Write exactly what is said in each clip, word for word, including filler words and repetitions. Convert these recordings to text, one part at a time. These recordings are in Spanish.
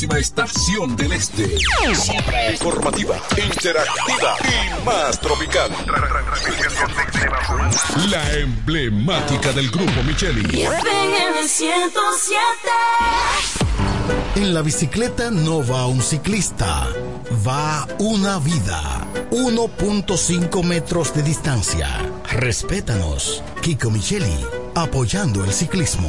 máxima estación del este. Siempre informativa, interactiva y más tropical. La emblemática del grupo Micheli. En la bicicleta no va un ciclista, va una vida. uno punto cinco metros de distancia. Respétanos. Kiko Micheli, apoyando el ciclismo.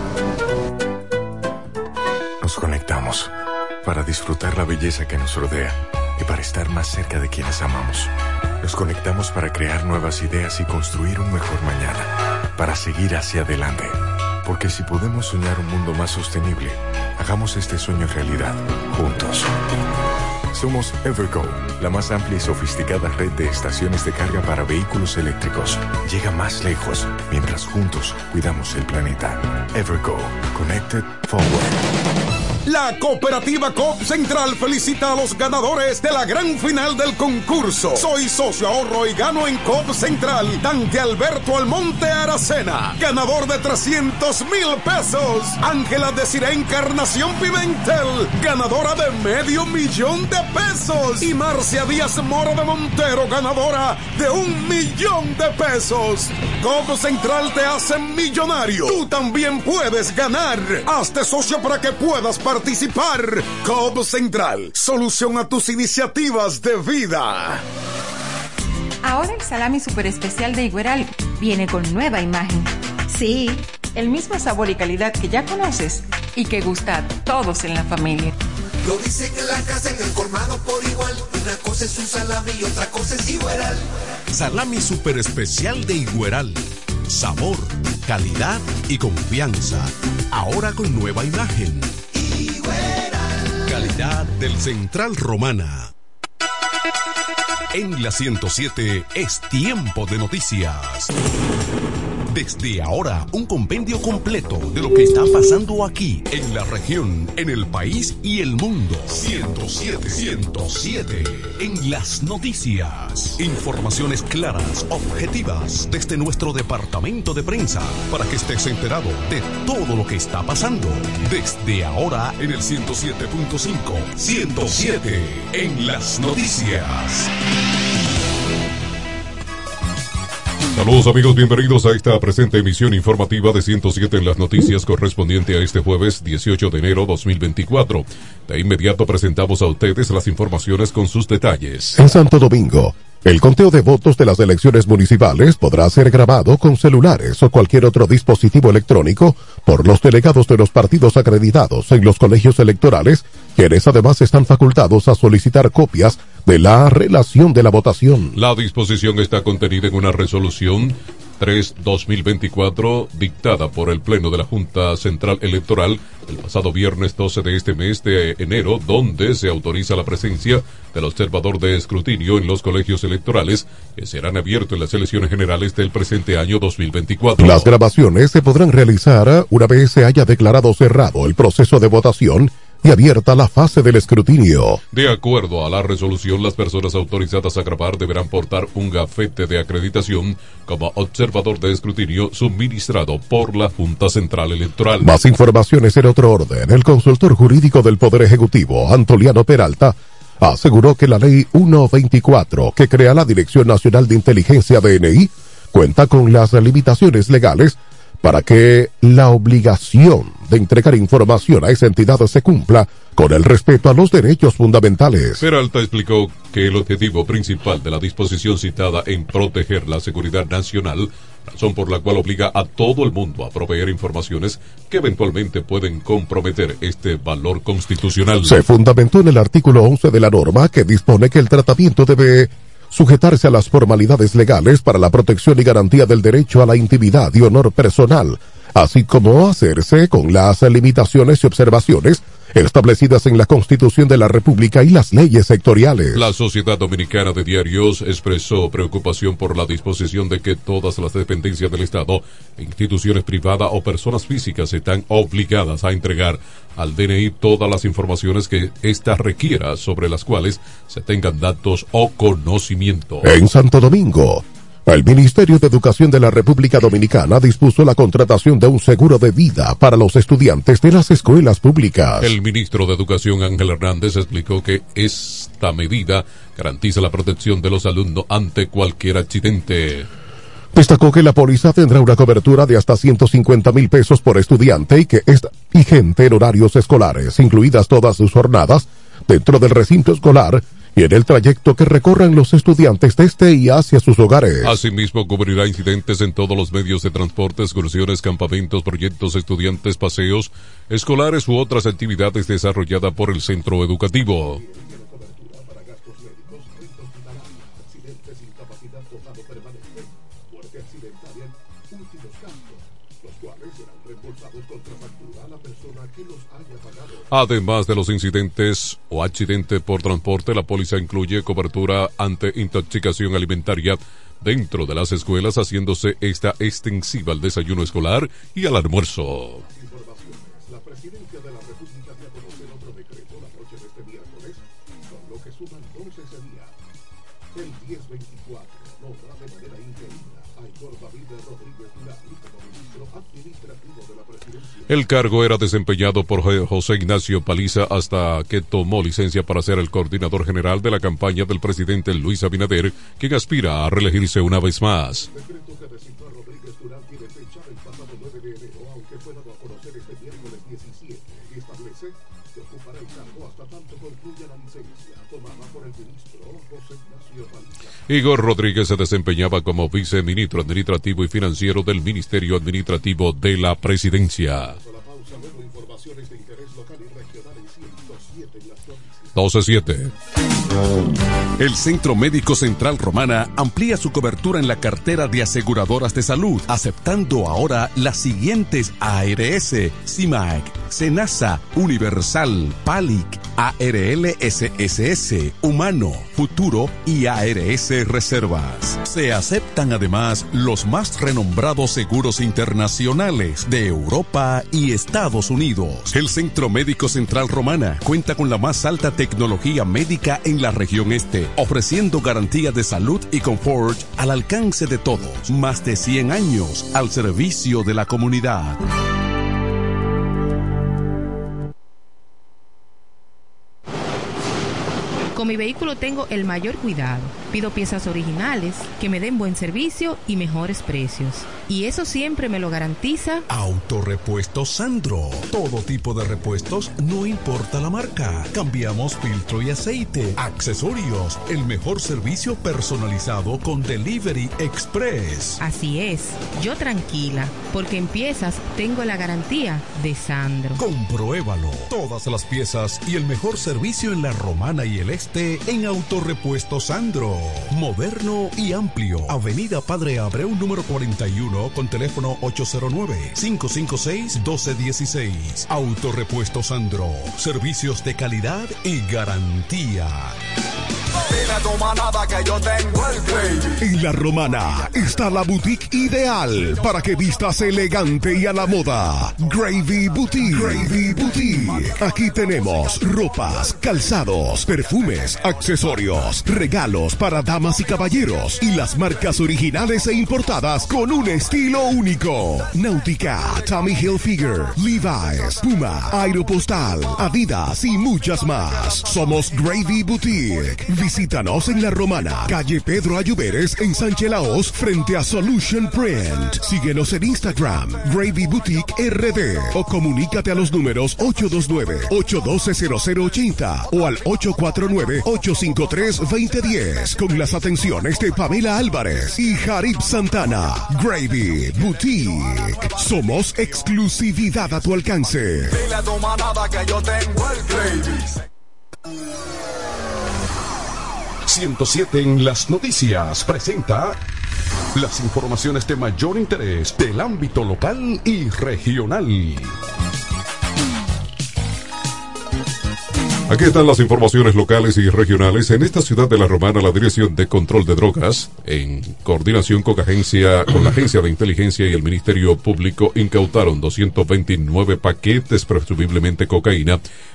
Nos conectamos para disfrutar la belleza que nos rodea y para estar más cerca de quienes amamos. Nos conectamos para crear nuevas ideas y construir un mejor mañana, para seguir hacia adelante. Porque si podemos soñar un mundo más sostenible, hagamos este sueño realidad, juntos. Somos Evergo, la más amplia y sofisticada red de estaciones de carga para vehículos eléctricos. Llega más lejos, mientras juntos cuidamos el planeta. Evergo, Connected Forward. La Cooperativa Coop Central felicita a los ganadores de la gran final del concurso. Soy socio ahorro y gano en Coop Central. Dante Alberto Almonte Aracena, ganador de trescientos mil pesos. Ángela Desiree Encarnación Pimentel, ganadora de medio millón de pesos. Y Marcia Díaz Mora de Montero, ganadora de un millón de pesos. Coop Central te hace millonario. Tú también puedes ganar. Hazte socio para que puedas participar. Coop Central, solución a tus iniciativas de vida. Ahora el salami super especial de Igueral viene con nueva imagen. Sí, el mismo sabor y calidad que ya conoces y que gusta a todos en la familia. Lo dicen en la casa, en el colmado por igual. Una cosa es un salami y otra cosa es Igueral. Salami super especial de Igueral. Sabor, calidad y confianza. Ahora con nueva imagen. Calidad del Central Romana. En la ciento siete es tiempo de noticias. Desde ahora, un compendio completo de lo que está pasando aquí, en la región, en el país y el mundo. ciento siete, ciento siete. En las noticias. Informaciones claras, objetivas, desde nuestro departamento de prensa, para que estés enterado de todo lo que está pasando. Desde ahora, en el ciento siete punto cinco. ciento siete. En las noticias. Saludos amigos, bienvenidos a esta presente emisión informativa de ciento siete en las noticias correspondiente a este jueves dieciocho de enero dos mil veinticuatro. De inmediato presentamos a ustedes las informaciones con sus detalles. En Santo Domingo, el conteo de votos de las elecciones municipales podrá ser grabado con celulares o cualquier otro dispositivo electrónico por los delegados de los partidos acreditados en los colegios electorales, quienes además están facultados a solicitar copias de la relación de la votación. La disposición está contenida en una resolución tres barra dos mil veinticuatro dictada por el Pleno de la Junta Central Electoral el pasado viernes doce de este mes de enero, donde se autoriza la presencia del observador de escrutinio en los colegios electorales que serán abiertos en las elecciones generales del presente año dos mil veinticuatro. Las grabaciones se podrán realizar una vez se haya declarado cerrado el proceso de votación y abierta la fase del escrutinio. De acuerdo a la resolución, las personas autorizadas a grabar deberán portar un gafete de acreditación como observador de escrutinio suministrado por la Junta Central Electoral. Más informaciones en otro orden. El consultor jurídico del Poder Ejecutivo, Antoliano Peralta, aseguró que la Ley ciento veinticuatro, que crea la Dirección Nacional de Inteligencia D N I, cuenta con las limitaciones legales para que la obligación de entregar información a esa entidad se cumpla con el respeto a los derechos fundamentales. Peralta explicó que el objetivo principal de la disposición citada en proteger la seguridad nacional, razón por la cual obliga a todo el mundo a proveer informaciones que eventualmente pueden comprometer este valor constitucional. Se fundamentó en el artículo once de la norma que dispone que el tratamiento debe sujetarse a las formalidades legales para la protección y garantía del derecho a la intimidad y honor personal, así como hacerse con las limitaciones y observaciones establecidas en la Constitución de la República y las leyes sectoriales. La Sociedad Dominicana de Diarios expresó preocupación por la disposición de que todas las dependencias del Estado, instituciones privadas o personas físicas están obligadas a entregar al D N I todas las informaciones que ésta requiera sobre las cuales se tengan datos o conocimiento. En Santo Domingo, El Ministerio de Educación de la República Dominicana dispuso la contratación de un seguro de vida para los estudiantes de las escuelas públicas. El ministro de Educación, Ángel Hernández, explicó que esta medida garantiza la protección de los alumnos ante cualquier accidente. Destacó que la póliza tendrá una cobertura de hasta ciento cincuenta mil pesos por estudiante y que es vigente en horarios escolares, incluidas todas sus jornadas, dentro del recinto escolar y en el trayecto que recorran los estudiantes desde y hacia sus hogares. Asimismo, cubrirá incidentes en todos los medios de transporte, excursiones, campamentos, proyectos, estudiantes, paseos escolares u otras actividades desarrolladas por el centro educativo. Además de los incidentes o accidentes por transporte, la póliza incluye cobertura ante intoxicación alimentaria dentro de las escuelas, haciéndose esta extensiva al desayuno escolar y al almuerzo. La presidencia de la República dio a conocer otro decreto la noche de este miércoles, con lo que suman doce días. El diez veinticuatro nombra de manera interina a Héctor David Rodríguez Durán como ministro administrativo de la presidencia. El cargo era desempeñado por José Ignacio Paliza hasta que tomó licencia para ser el coordinador general de la campaña del presidente Luis Abinader, quien aspira a reelegirse una vez más. El decreto que designó a Rodríguez Durán tiene fecha el pasado nueve de enero, aunque fue dado a conocer este miércoles diecisiete, y establece que ocupará el cargo hasta tanto concluya la licencia tomada por el ministro José Ignacio Paliza. Igor Rodríguez se desempeñaba como viceministro administrativo y financiero del Ministerio Administrativo de la Presidencia. doce siete. El Centro Médico Central Romana amplía su cobertura en la cartera de aseguradoras de salud, aceptando ahora las siguientes: A R S, CIMAC, SENASA, Universal, PALIC, A R L S S S, Humano, Futuro y A R S Reservas. Se aceptan además los más renombrados seguros internacionales de Europa y Estados Unidos. El Centro Médico Central Romana cuenta con la más alta tecnología médica en la región este, ofreciendo garantía de salud y confort al alcance de todos. Más de cien años al servicio de la comunidad. Con mi vehículo tengo el mayor cuidado. Pido piezas originales, que me den buen servicio y mejores precios. Y eso siempre me lo garantiza Autorepuestos Sandro. Todo tipo de repuestos, no importa la marca. Cambiamos filtro y aceite, accesorios, el mejor servicio personalizado con Delivery Express. Así es, yo tranquila, porque en piezas tengo la garantía de Sandro. Compruébalo. Todas las piezas y el mejor servicio en la Romana y el Este en Autorepuestos Sandro. Moderno y amplio. Avenida Padre Abreu número cuarenta y uno con teléfono ocho cero nueve, cinco cinco seis, uno dos uno seis. Autorepuestos Sandro. Servicios de calidad y garantía. Dile a tu manada que yo tengo el Gravy. En La Romana está la boutique ideal para que vistas elegante y a la moda. Gravy Boutique. Gravy Boutique. Aquí tenemos ropas, calzados, perfumes, accesorios, regalos para damas y caballeros y las marcas originales e importadas con un estilo único. Náutica, Tommy Hilfiger, Levi's, Puma, Aeropostal, Adidas y muchas más. Somos Gravy Boutique. Visítanos en La Romana, calle Pedro Ayuberes, en Sánchez Laos, frente a Solution Print. Síguenos en Instagram, Gravy Boutique R D, o comunícate a los números ocho dos nueve, ocho uno dos cero cero ocho cero o al ocho cuatro nueve, ocho cinco tres, dos cero uno cero, con las atenciones de Pamela Álvarez y Jarib Santana. Gravy Boutique. Somos exclusividad a tu alcance. Dile a tu manada que yo tengo el Gravy. ciento siete en las noticias presenta las informaciones de mayor interés del ámbito local y regional. Aquí están las informaciones locales y regionales. En esta ciudad de La Romana, la Dirección de Control de Drogas, en coordinación con, agencia, con la Agencia de Inteligencia y el Ministerio Público, incautaron doscientos veintinueve paquetes, presumiblemente cocaína,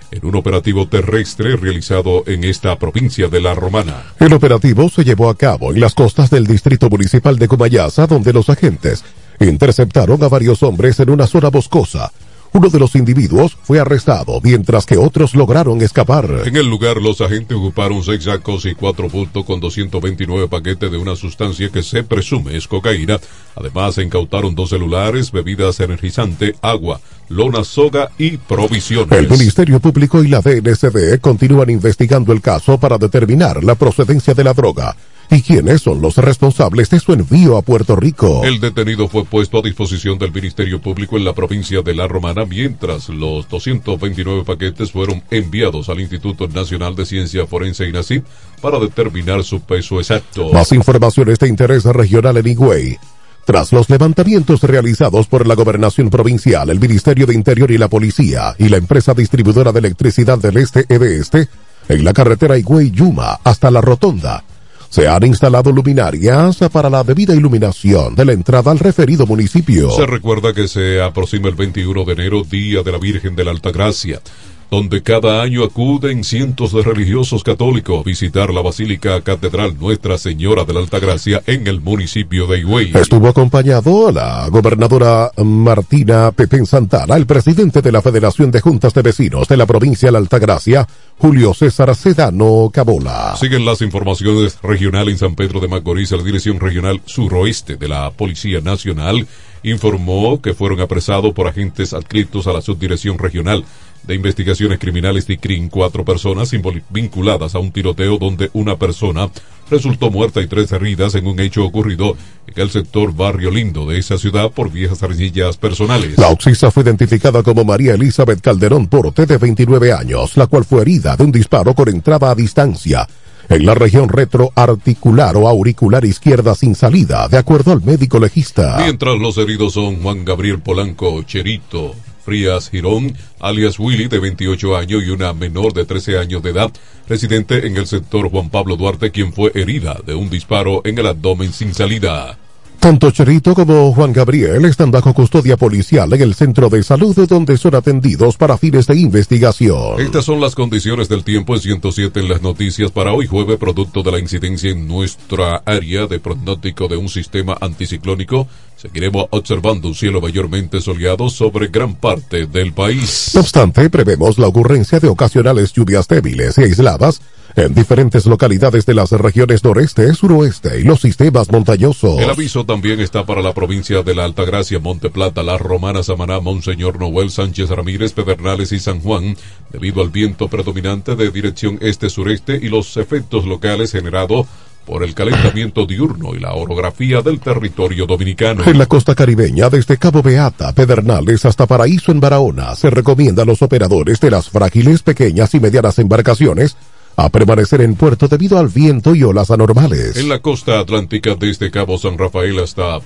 en un operativo terrestre realizado en esta provincia de La Romana. El operativo se llevó a cabo en las costas del distrito municipal de Comayasa, donde los agentes interceptaron a varios hombres en una zona boscosa. Uno de los individuos fue arrestado, mientras que otros lograron escapar. En el lugar, los agentes ocuparon seis sacos y cuatro bultos con doscientos veintinueve paquetes de una sustancia que se presume es cocaína. Además, se incautaron dos celulares, bebidas energizantes, agua, lona, soga y provisiones. El Ministerio Público y la D N C D continúan investigando el caso para determinar la procedencia de la droga y quiénes son los responsables de su envío a Puerto Rico. El detenido fue puesto a disposición del Ministerio Público en la provincia de La Romana, mientras los doscientos veintinueve paquetes fueron enviados al Instituto Nacional de Ciencia Forense INACIF para determinar su peso exacto. Más informaciones de interés regional en Higüey. Tras los levantamientos realizados por la Gobernación Provincial, el Ministerio de Interior y la Policía y la empresa distribuidora de electricidad del Este e de Este, en la carretera Higüey-Yuma hasta la Rotonda, se han instalado luminarias para la debida iluminación de la entrada al referido municipio. Se recuerda que se aproxima el veintiuno de enero, Día de la Virgen de la Altagracia, donde cada año acuden cientos de religiosos católicos a visitar la Basílica Catedral Nuestra Señora de la Altagracia en el municipio de Higüey. Estuvo acompañado la gobernadora Martina Pepén Santana, el presidente de la Federación de Juntas de Vecinos de la provincia de la Altagracia, Julio César Sedano Cabola. Siguen las informaciones regionales en San Pedro de Macorís. La Dirección Regional Suroeste de la Policía Nacional informó que fueron apresados por agentes adscritos a la Subdirección Regional de Investigaciones Criminales de I C R I M cuatro personas vinculadas a un tiroteo donde una persona resultó muerta y tres heridas en un hecho ocurrido en el sector Barrio Lindo de esa ciudad por viejas arcillas personales. La oxisa fue identificada como María Elizabeth Calderón Porte, de veintinueve años, la cual fue herida de un disparo con entrada a distancia en la región retroarticular o auricular izquierda sin salida, de acuerdo al médico legista. Mientras los heridos son Juan Gabriel Polanco Cherito Frías Girón, alias Willy, de veintiocho años, y una menor de trece años de edad, residente en el sector Juan Pablo Duarte, quien fue herida de un disparo en el abdomen sin salida. Tanto Cherito como Juan Gabriel están bajo custodia policial en el centro de salud, donde son atendidos para fines de investigación. Estas son las condiciones del tiempo en ciento siete en las noticias para hoy jueves, producto de la incidencia en nuestra área de pronóstico de un sistema anticiclónico. Seguiremos observando un cielo mayormente soleado sobre gran parte del país. No obstante, prevemos la ocurrencia de ocasionales lluvias débiles y aisladas en diferentes localidades de las regiones noreste, suroeste y los sistemas montañosos. El aviso también está para la provincia de la Altagracia, Monte Plata, La Romana, Samaná, Monseñor Noel, Sánchez Ramírez, Pedernales y San Juan, debido al viento predominante de dirección este-sureste y los efectos locales generados por el calentamiento diurno y la orografía del territorio dominicano. En la costa caribeña, desde Cabo Beata, Pedernales hasta Paraíso en Barahona, se recomienda a los operadores de las frágiles, pequeñas y medianas embarcaciones a permanecer en puerto debido al viento y olas anormales. En la costa atlántica, desde Cabo San Rafael hasta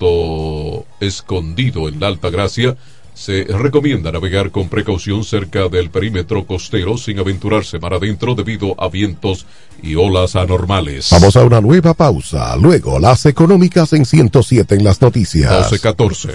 Puerto Escondido en la Altagracia, se recomienda navegar con precaución cerca del perímetro costero sin aventurarse mar adentro debido a vientos y olas anormales. Vamos a una nueva pausa, luego las económicas en ciento siete en las noticias. doce catorce.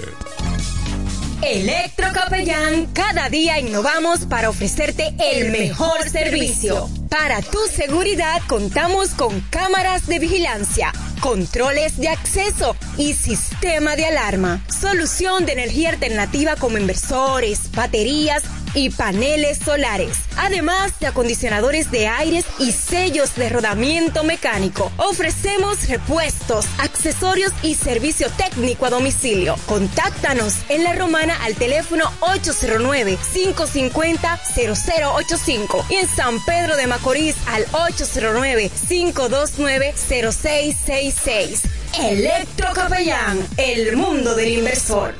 Electrocapellán, cada día innovamos para ofrecerte el mejor servicio. Para tu seguridad contamos con cámaras de vigilancia, controles de acceso y sistema de alarma. Solución de energía alternativa como inversores, baterías y paneles solares. Además de acondicionadores de aires y sellos de rodamiento mecánico. Ofrecemos repuestos, accesorios y servicio técnico a domicilio. Contáctanos en La Romana al teléfono ocho cero nueve, cinco cinco cero, cero cero ocho cinco y en San Pedro de Macorís al ocho cero nueve, cinco dos nueve, cero seis seis seis. Electrocapellán, el mundo del inversor.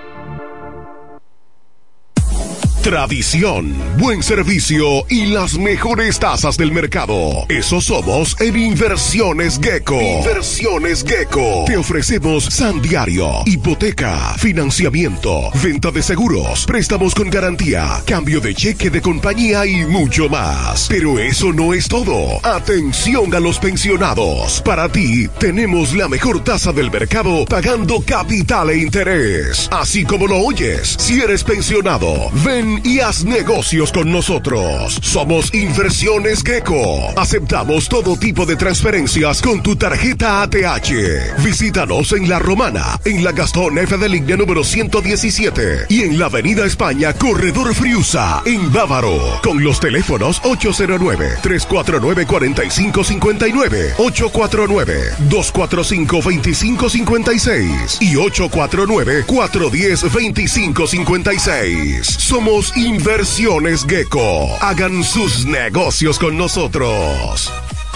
Tradición, buen servicio y las mejores tasas del mercado. Eso somos en Inversiones Gecko. Inversiones Gecko. Te ofrecemos San Diario, hipoteca, financiamiento, venta de seguros, préstamos con garantía, cambio de cheque de compañía y mucho más. Pero eso no es todo. Atención a los pensionados. Para ti, tenemos la mejor tasa del mercado pagando capital e interés. Así como lo oyes, si eres pensionado, ven Ven y haz negocios con nosotros. Somos Inversiones Gecko. Aceptamos todo tipo de transferencias con tu tarjeta A T H. Visítanos en La Romana, en la Gastón F. de Línea número ciento diecisiete y en la Avenida España, Corredor Friusa, en Bávaro, con los teléfonos ocho cero nueve, tres cuatro nueve, cuatro cinco cinco nueve, ocho cuatro nueve, dos cuatro cinco, dos cinco cinco seis y ocho cuatro nueve, cuatro uno cero, dos cinco cinco seis. Somos Inversiones Gecko. Hagan sus negocios con nosotros.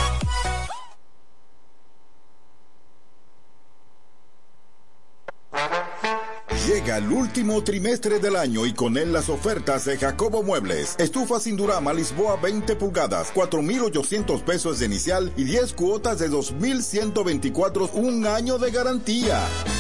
Llega el último trimestre del año y con él las ofertas de Jacobo Muebles. Estufa sin Durama Lisboa veinte pulgadas, cuatro mil ochocientos pesos de inicial y diez cuotas de dos mil ciento veinticuatro, un año de garantía.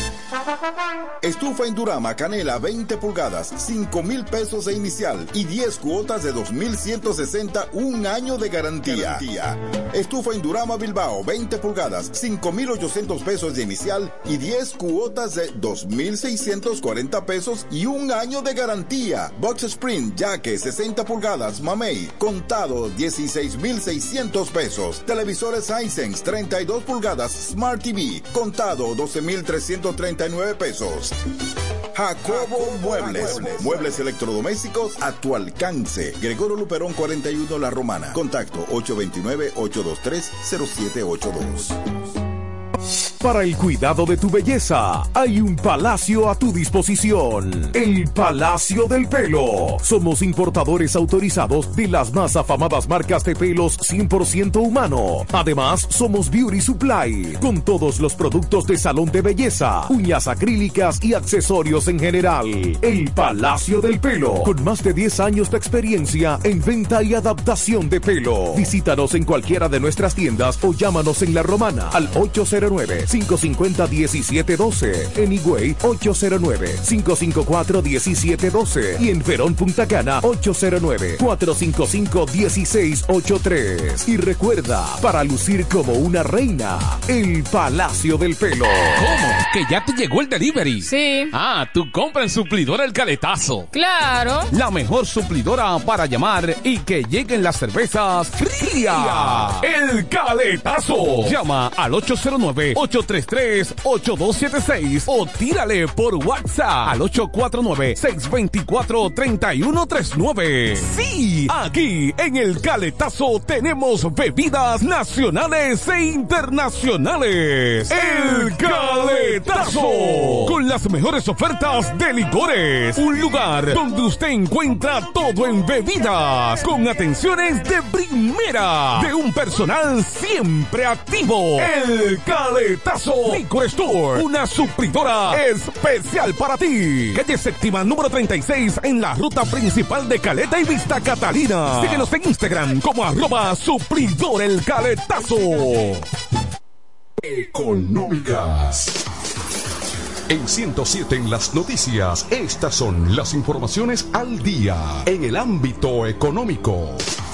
Estufa Indurama Canela veinte pulgadas, cinco mil pesos de inicial y diez cuotas de dos mil ciento sesenta, un año de garantía. garantía. Estufa Indurama Bilbao veinte pulgadas, cinco mil ochocientos pesos de inicial y diez cuotas de dos mil seiscientos cuarenta pesos y un año de garantía. Box Spring Yaque sesenta pulgadas Mamey, contado dieciséis mil seiscientos pesos. Televisores Hisense treinta y dos pulgadas Smart T V, contado doce mil trescientos treinta y nueve pesos. Jacobo Muebles. Muebles electrodomésticos a tu alcance. Gregorio Luperón cuarenta y uno La Romana. Contacto ocho dos nueve, ocho dos tres, cero siete ocho dos. Para el cuidado de tu belleza, hay un palacio a tu disposición. El Palacio del Pelo. Somos importadores autorizados de las más afamadas marcas de pelos cien por ciento humano. Además, somos Beauty Supply, con todos los productos de salón de belleza, uñas acrílicas y accesorios en general. El Palacio del Pelo, con más de diez años de experiencia en venta y adaptación de pelo. Visítanos en cualquiera de nuestras tiendas o llámanos en La Romana al ocho cero nueve, cinco cinco cero, uno siete uno dos, en Higüey ocho cero nueve, cinco cinco cuatro, uno siete uno dos y en Verón Punta Cana ocho cero nueve, cuatro cinco cinco, uno seis ocho tres. Y recuerda, para lucir como una reina, el Palacio del Pelo. ¿Cómo? ¿Que ya te llegó el delivery? Sí. Ah, tú compra en Suplidora El Caletazo. Claro. La mejor suplidora para llamar y que lleguen las cervezas frías. El Caletazo. Llama al ocho cero nueve, ocho tres tres, ocho dos siete seis o tírale por WhatsApp al ocho cuatro nueve, seis dos cuatro, tres uno tres nueve. Sí, aquí en El Caletazo tenemos bebidas nacionales e internacionales. El Caletazo, con las mejores ofertas de licores. Un lugar donde usted encuentra todo en bebidas, con atenciones de primera, de un personal siempre activo. El Caletazo Liquor Store, una suplidora especial para ti. Calle séptima, número treinta y seis, en la ruta principal de Caleta y Vista Catalina. Síguenos en Instagram como arroba suplidor El Caletazo. Económicas. En ciento siete en las noticias, estas son las informaciones al día en el ámbito económico.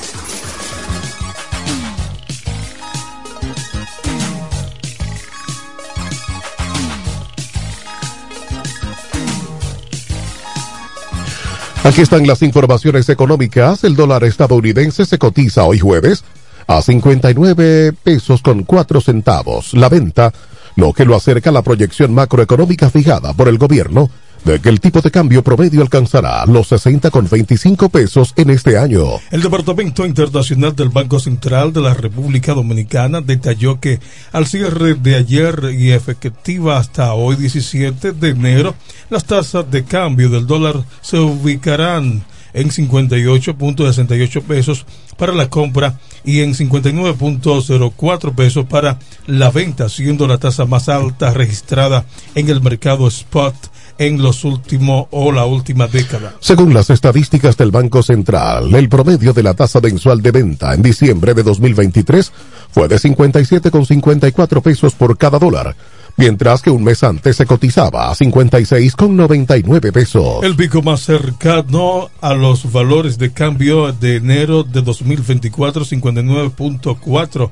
Aquí están las informaciones económicas. El dólar estadounidense se cotiza hoy jueves a cincuenta y nueve pesos con cuatro centavos. La venta, lo que lo acerca a la proyección macroeconómica fijada por el gobierno de que el tipo de cambio promedio alcanzará los sesenta con veinticinco pesos en este año. El Departamento Internacional del Banco Central de la República Dominicana detalló que al cierre de ayer y efectiva hasta hoy diecisiete de enero, las tasas de cambio del dólar se ubicarán en cincuenta y ocho punto sesenta y ocho pesos para la compra y en cincuenta y nueve punto cero cuatro pesos para la venta, siendo la tasa más alta registrada en el mercado spot en los últimos o la última década. Según las estadísticas del Banco Central, el promedio de la tasa mensual de venta en diciembre de dos mil veintitrés fue de cincuenta y siete con cincuenta y cuatro pesos por cada dólar, mientras que un mes antes se cotizaba a cincuenta y seis con noventa y nueve pesos. El pico más cercano a los valores de cambio de enero de dos mil veinticuatro, cincuenta y nueve punto cuatro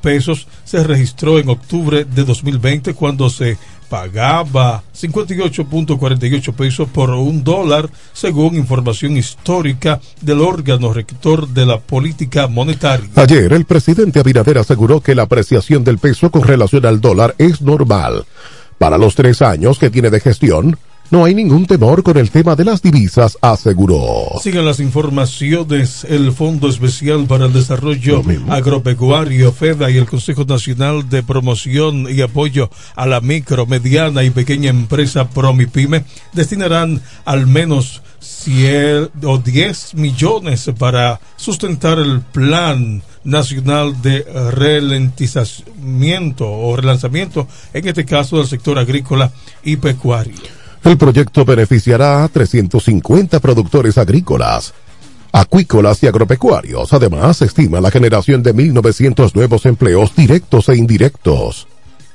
pesos se registró en octubre de dos mil veinte, cuando se pagaba cincuenta y ocho punto cuarenta y ocho pesos por un dólar, según información histórica del órgano rector de la política monetaria. Ayer, el presidente Abinader aseguró que la apreciación del peso con relación al dólar es normal. Para los tres años que tiene de gestión, no hay ningún temor con el tema de las divisas, aseguró. Sigan las informaciones. El Fondo Especial para el Desarrollo Agropecuario, FEDA, y el Consejo Nacional de Promoción y Apoyo a la Micro, Mediana y Pequeña Empresa PROMIPYME destinarán al menos cien o diez millones para sustentar el Plan Nacional de Ralentizamiento o Relanzamiento, en este caso del sector agrícola y pecuario. El proyecto beneficiará a trescientos cincuenta productores agrícolas, acuícolas y agropecuarios. Además, se estima la generación de mil novecientos nuevos empleos directos e indirectos.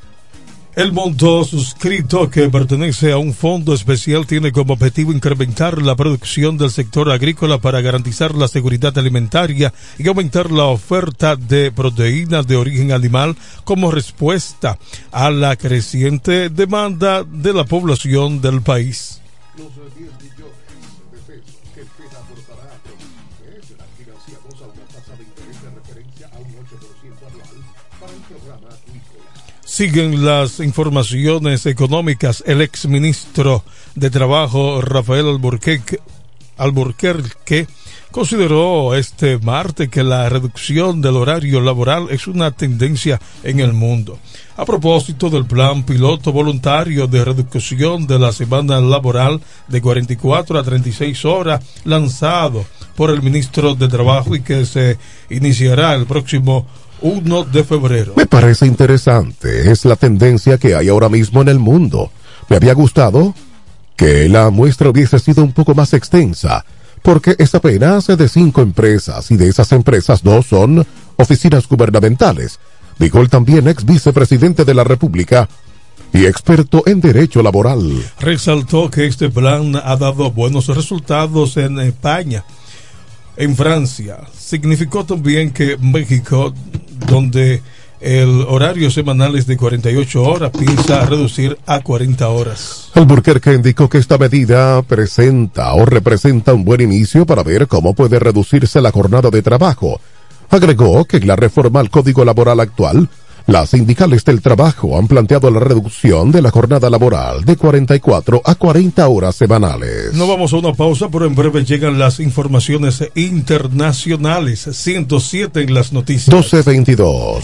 El monto suscrito, que pertenece a un fondo especial, tiene como objetivo incrementar la producción del sector agrícola para garantizar la seguridad alimentaria y aumentar la oferta de proteínas de origen animal como respuesta a la creciente demanda de la población del país. Los diez millones de pesos que el FED aportará a PROMIPYME serán financiados a una tasa de interés de referencia a un ocho por ciento anual para el programa acuícola. Siguen las informaciones económicas. El exministro de Trabajo, Rafael Alburquerque, Alburquerque consideró este martes que la reducción del horario laboral es una tendencia en el mundo. A propósito del plan piloto voluntario de reducción de la semana laboral de cuarenta y cuatro a treinta y seis horas, lanzado por el ministro de Trabajo y que se iniciará el próximo uno de febrero. Me parece interesante, es la tendencia que hay ahora mismo en el mundo. Me había gustado que la muestra hubiese sido un poco más extensa, porque es apenas de cinco empresas, y de esas empresas dos son oficinas gubernamentales, dijo el también ex vicepresidente de la República y experto en derecho laboral. Resaltó que este plan ha dado buenos resultados en España, en Francia. Significó también que México, donde el horario semanal es de cuarenta y ocho horas, piensa reducir a cuarenta horas. Alburquerque indicó que esta medida presenta o representa un buen inicio para ver cómo puede reducirse la jornada de trabajo. Agregó que en la reforma al Código Laboral actual, las sindicales del trabajo han planteado la reducción de la jornada laboral de cuarenta y cuatro a cuarenta horas semanales. No vamos a una pausa, pero en breve llegan las informaciones internacionales. ciento siete en las noticias. doce veintidós.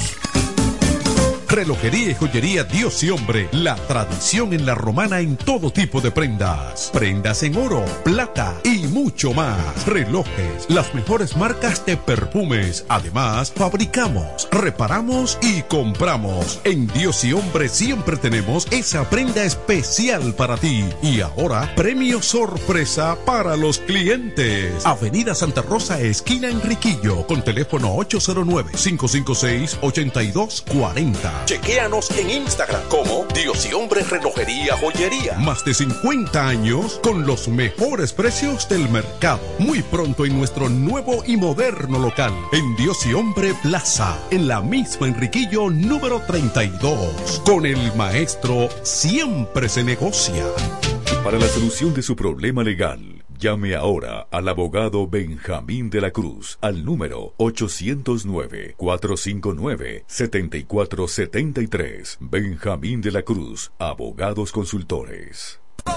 Relojería y joyería Dios y Hombre, la tradición en la romana en todo tipo de prendas. Prendas en oro, plata y mucho más. Relojes, las mejores marcas de perfumes. Además, fabricamos, reparamos y compramos. En Dios y Hombre siempre tenemos esa prenda especial para ti. Y ahora, premio sorpresa para los clientes. Avenida Santa Rosa, esquina Enriquillo, con teléfono ocho cero nueve, cinco cinco seis, ocho dos cuatro cero. Chequéanos en Instagram como Dios y Hombre Relojería Joyería. Más de cincuenta años con los mejores precios del mercado. Muy pronto en nuestro nuevo y moderno local, en Dios y Hombre Plaza, en la misma Enriquillo número treinta y dos. Con el maestro siempre se negocia. Para la solución de su problema legal, llame ahora al abogado Benjamín de la Cruz al número ochocientos nueve, cuatrocientos cincuenta y nueve, setenta y cuatro setenta y tres. Benjamín de la Cruz, Abogados Consultores.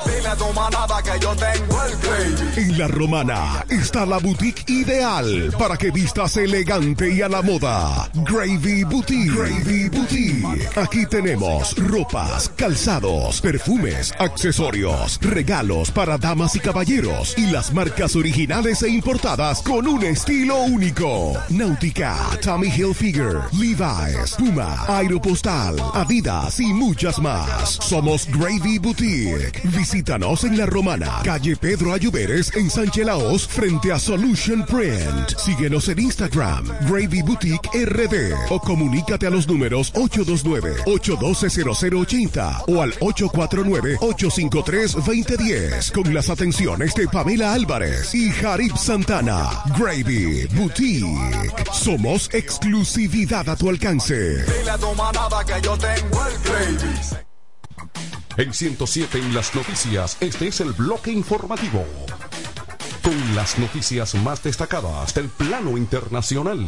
En La Romana está la boutique ideal para que vistas elegante y a la moda. Gravy Boutique. Gravy Boutique. Aquí tenemos ropas, calzados, perfumes, accesorios, regalos para damas y caballeros y las marcas originales e importadas con un estilo único. Nautica, Tommy Hilfiger, Levi's, Puma, Aeropostal, Adidas y muchas más. Somos Gravy Boutique. Visita Visítanos en La Romana, calle Pedro Ayuberes, en Sánchez Laos, frente a Solution Print. Síguenos en Instagram, Gravy Boutique R D, o comunícate a los números ocho dos nueve, ocho uno dos, cero cero ocho cero o al ocho cuatro nueve, ocho cinco tres, dos cero uno cero, con las atenciones de Pamela Álvarez y Jarib Santana. Gravy Boutique. Somos exclusividad a tu alcance. Dile a tu manada que yo tengo el Gravy. En ciento siete en las noticias, este es el bloque informativo. Con las noticias más destacadas del plano internacional.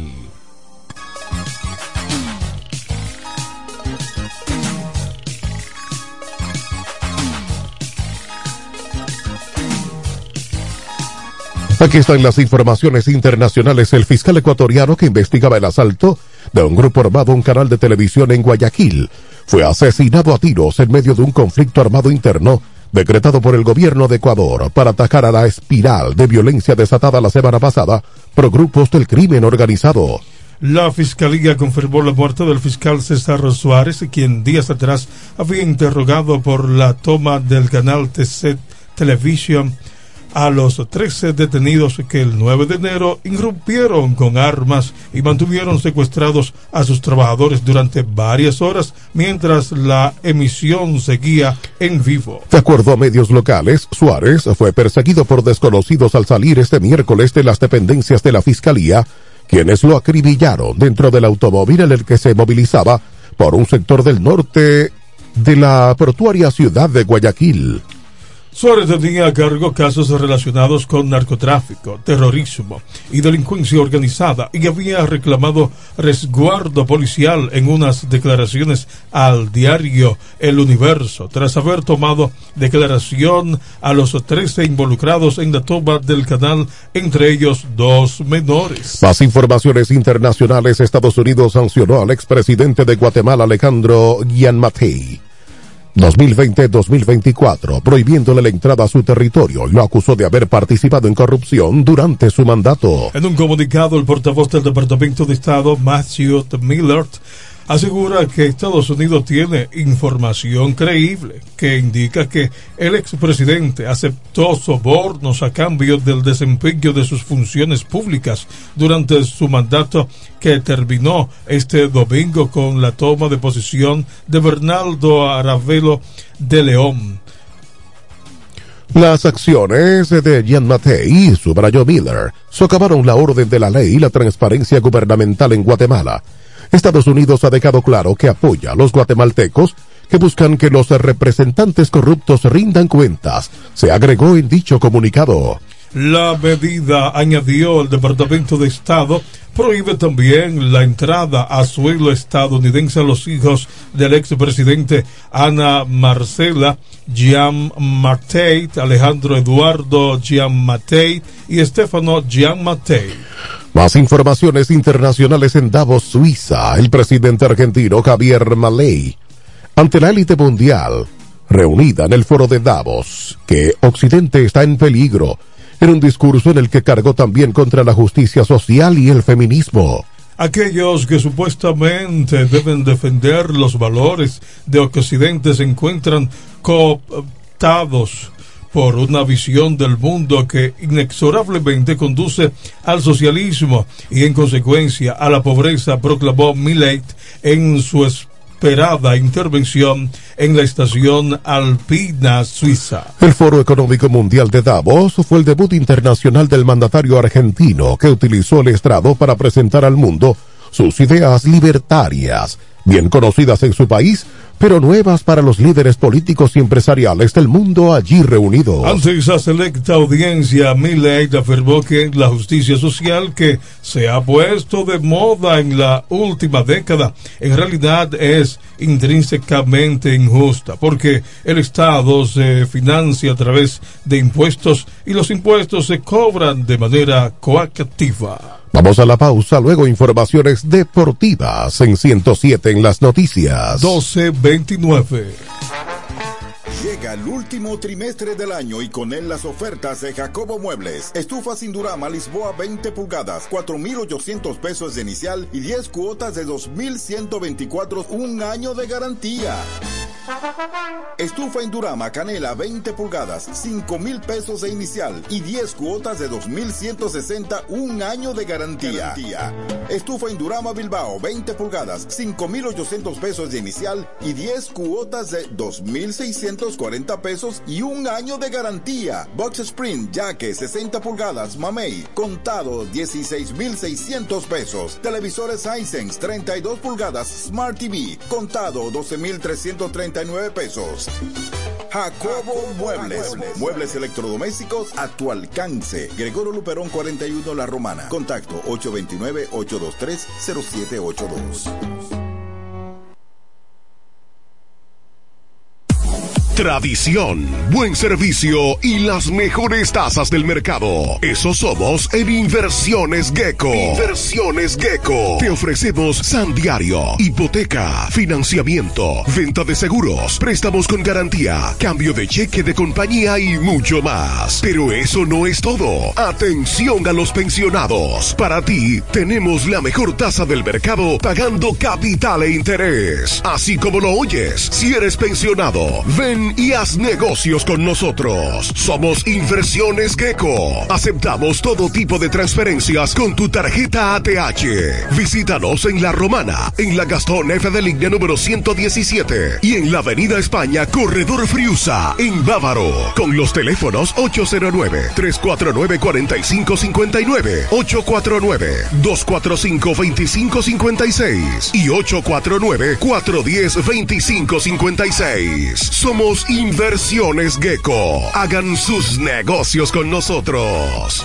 Aquí están las informaciones internacionales. El fiscal ecuatoriano que investigaba el asalto de un grupo armado a un canal de televisión en Guayaquil fue asesinado a tiros en medio de un conflicto armado interno decretado por el gobierno de Ecuador para atacar a la espiral de violencia desatada la semana pasada por grupos del crimen organizado. La Fiscalía confirmó la muerte del fiscal César Suárez, quien días atrás había interrogado por la toma del canal T C Television a los trece detenidos que el nueve de enero irrumpieron con armas y mantuvieron secuestrados a sus trabajadores durante varias horas mientras la emisión seguía en vivo. De acuerdo a medios locales, Suárez fue perseguido por desconocidos al salir este miércoles de las dependencias de la Fiscalía, quienes lo acribillaron dentro del automóvil en el que se movilizaba por un sector del norte de la portuaria ciudad de Guayaquil. Suárez tenía a cargo casos relacionados con narcotráfico, terrorismo y delincuencia organizada y había reclamado resguardo policial en unas declaraciones al diario El Universo tras haber tomado declaración a los trece involucrados en la toma del canal, entre ellos dos menores. Más informaciones internacionales. Estados Unidos sancionó al expresidente de Guatemala, Alejandro Gianmattei, dos mil veinte a dos mil veinticuatro, prohibiéndole la entrada a su territorio y lo acusó de haber participado en corrupción durante su mandato. En un comunicado, el portavoz del Departamento de Estado, Matthew Miller, asegura que Estados Unidos tiene información creíble que indica que el expresidente aceptó sobornos a cambio del desempeño de sus funciones públicas durante su mandato, que terminó este domingo con la toma de posición de Bernardo Aravelo de León. Las acciones de Gianmattei, subrayó Miller, socavaron la orden de la ley y la transparencia gubernamental en Guatemala. Estados Unidos ha dejado claro que apoya a los guatemaltecos que buscan que los representantes corruptos rindan cuentas, se agregó en dicho comunicado. La medida, añadió el Departamento de Estado, prohíbe también la entrada a suelo estadounidense a los hijos del expresidente Ana Marcela Gianmattei, Alejandro Eduardo Gianmattei y Stefano Gianmattei. Más informaciones internacionales. En Davos, Suiza, el presidente argentino Javier Milei, ante la élite mundial reunida en el foro de Davos, que Occidente está en peligro, en un discurso en el que cargó también contra la justicia social y el feminismo. Aquellos que supuestamente deben defender los valores de Occidente se encuentran cooptados por una visión del mundo que inexorablemente conduce al socialismo y en consecuencia a la pobreza, proclamó Milei en su esperada intervención en la estación alpina suiza. El Foro Económico Mundial de Davos fue el debut internacional del mandatario argentino, que utilizó el estrado para presentar al mundo sus ideas libertarias, bien conocidas en su país, pero nuevas para los líderes políticos y empresariales del mundo allí reunidos. Ante esa selecta audiencia, Milei afirmó que la justicia social que se ha puesto de moda en la última década en realidad es intrínsecamente injusta, porque el Estado se financia a través de impuestos y los impuestos se cobran de manera coactiva. Vamos a la pausa, luego informaciones deportivas en ciento siete en las noticias. doce veintinueve. Llega el último trimestre del año y con él las ofertas de Jacobo Muebles. Estufa sin Durama Lisboa veinte pulgadas, cuatro mil ochocientos pesos de inicial y diez cuotas de dos mil ciento veinticuatro, un año de garantía. Estufa Indurama Canela veinte pulgadas, cinco mil pesos de inicial y diez cuotas de dos mil ciento sesenta, un año de garantía. garantía. Estufa Indurama Bilbao veinte pulgadas, cinco mil ochocientos pesos de inicial y diez cuotas de dos mil seiscientos cuarenta pesos y un año de garantía. Box Spring Yaque sesenta pulgadas, Mamey, contado dieciséis mil seiscientos pesos. Televisores Hisense treinta y dos pulgadas, Smart T V, contado doce mil trescientos treinta y nueve pesos. Jacobo Muebles. Muebles electrodomésticos a tu alcance. Gregorio Luperón cuarenta y uno La Romana. Contacto ocho dos nueve, ocho dos tres, cero siete ocho dos. Tradición, buen servicio y las mejores tasas del mercado. Eso somos en Inversiones Gecko. Inversiones Gecko. Te ofrecemos San Diario, hipoteca, financiamiento, venta de seguros, préstamos con garantía, cambio de cheque de compañía y mucho más. Pero eso no es todo. Atención a los pensionados. Para ti, tenemos la mejor tasa del mercado pagando capital e interés. Así como lo oyes, si eres pensionado, ven y haz negocios con nosotros. Somos Inversiones Gecko. Aceptamos todo tipo de transferencias con tu tarjeta A T H. Visítanos en La Romana, en la Gastón F de línea número ciento diecisiete y en la Avenida España, Corredor Friusa, en Bávaro, con los teléfonos ocho cero nueve, tres cuatro nueve, cuatro cinco cinco nueve, ocho cuatro nueve, dos cuatro cinco, dos cinco cinco seis y ocho cuatro nueve, cuatro uno cero, dos cinco cinco seis. Somos Inversiones Gecko. Hagan sus negocios con nosotros.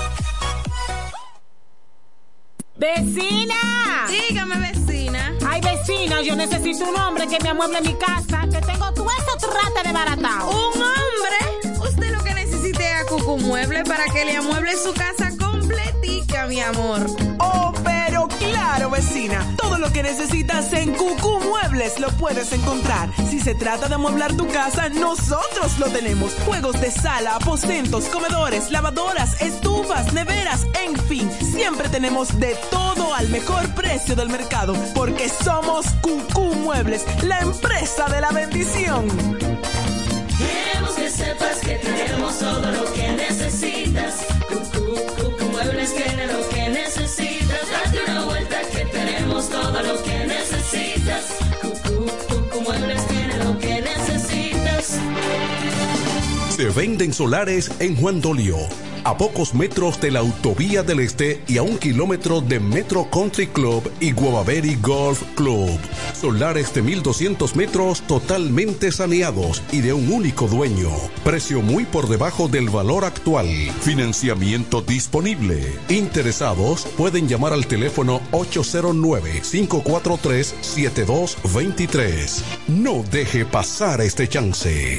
¡Vecina! Dígame, vecina. Ay, vecina, yo necesito un hombre que me amueble mi casa, que tengo todo eso trate de baratao. ¿Un hombre? Usted lo que necesite es a Cucu Mueble para que le amueble su casa completica, mi amor. Oh, pero claro, vecina. Todo lo que necesitas en Cucu Muebles lo puedes encontrar. Si se trata de amueblar tu casa, nosotros lo tenemos. Juegos de sala, aposentos, comedores, lavadoras, estufas, neveras, en fin. Siempre tenemos de todo al mejor precio del mercado, porque somos Cucu Muebles, la empresa de la bendición. Queremos que sepas que tenemos todo lo que necesitas. Cucu, Cucu Muebles tiene lo que necesitas. Date una vuelta que tenemos todo lo que necesitas. Cucu, Cucu Muebles tiene lo que necesitas. Se venden solares en Juan Dolio, a pocos metros de la Autovía del Este y a un kilómetro de Metro Country Club y Guavaberi Golf Club. Solares de mil doscientos metros totalmente saneados y de un único dueño. Precio muy por debajo del valor actual. Financiamiento disponible. Interesados pueden llamar al teléfono ocho cero nueve, cinco cuatro tres, siete dos dos tres. No deje pasar este chance.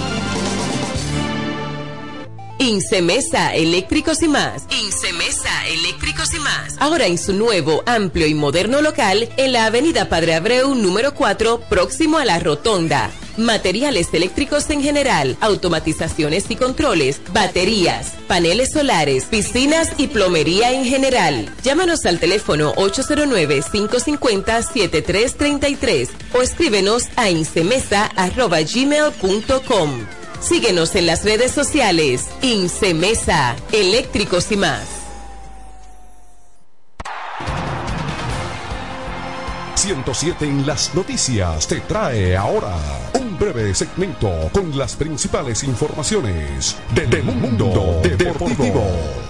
Incemesa Eléctricos y Más. Incemesa Eléctricos y Más. Ahora en su nuevo, amplio y moderno local en la avenida Padre Abreu número cuatro, próximo a la Rotonda. Materiales eléctricos en general, automatizaciones y controles, baterías, paneles solares, piscinas y plomería en general. Llámanos al teléfono ocho cero nueve, cinco cinco cero, siete tres tres tres o escríbenos a incemesa arroba gmail punto com. Síguenos en las redes sociales. Incemesa, Eléctricos y Más. ciento siete en las noticias te trae ahora un breve segmento con las principales informaciones del de mundo deportivo.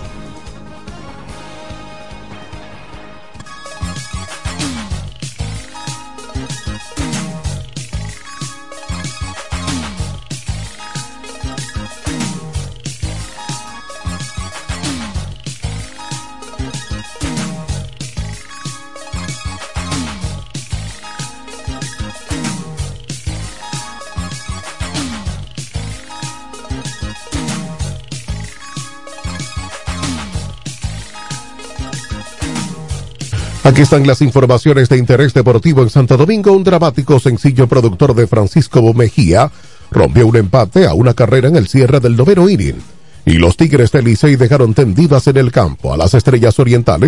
Aquí están las informaciones de interés deportivo en Santo Domingo. Un dramático sencillo productor de Francisco Mejía rompió un empate a una carrera en el cierre del noveno inning, y los Tigres del Licey dejaron tendidas en el campo a las Estrellas Orientales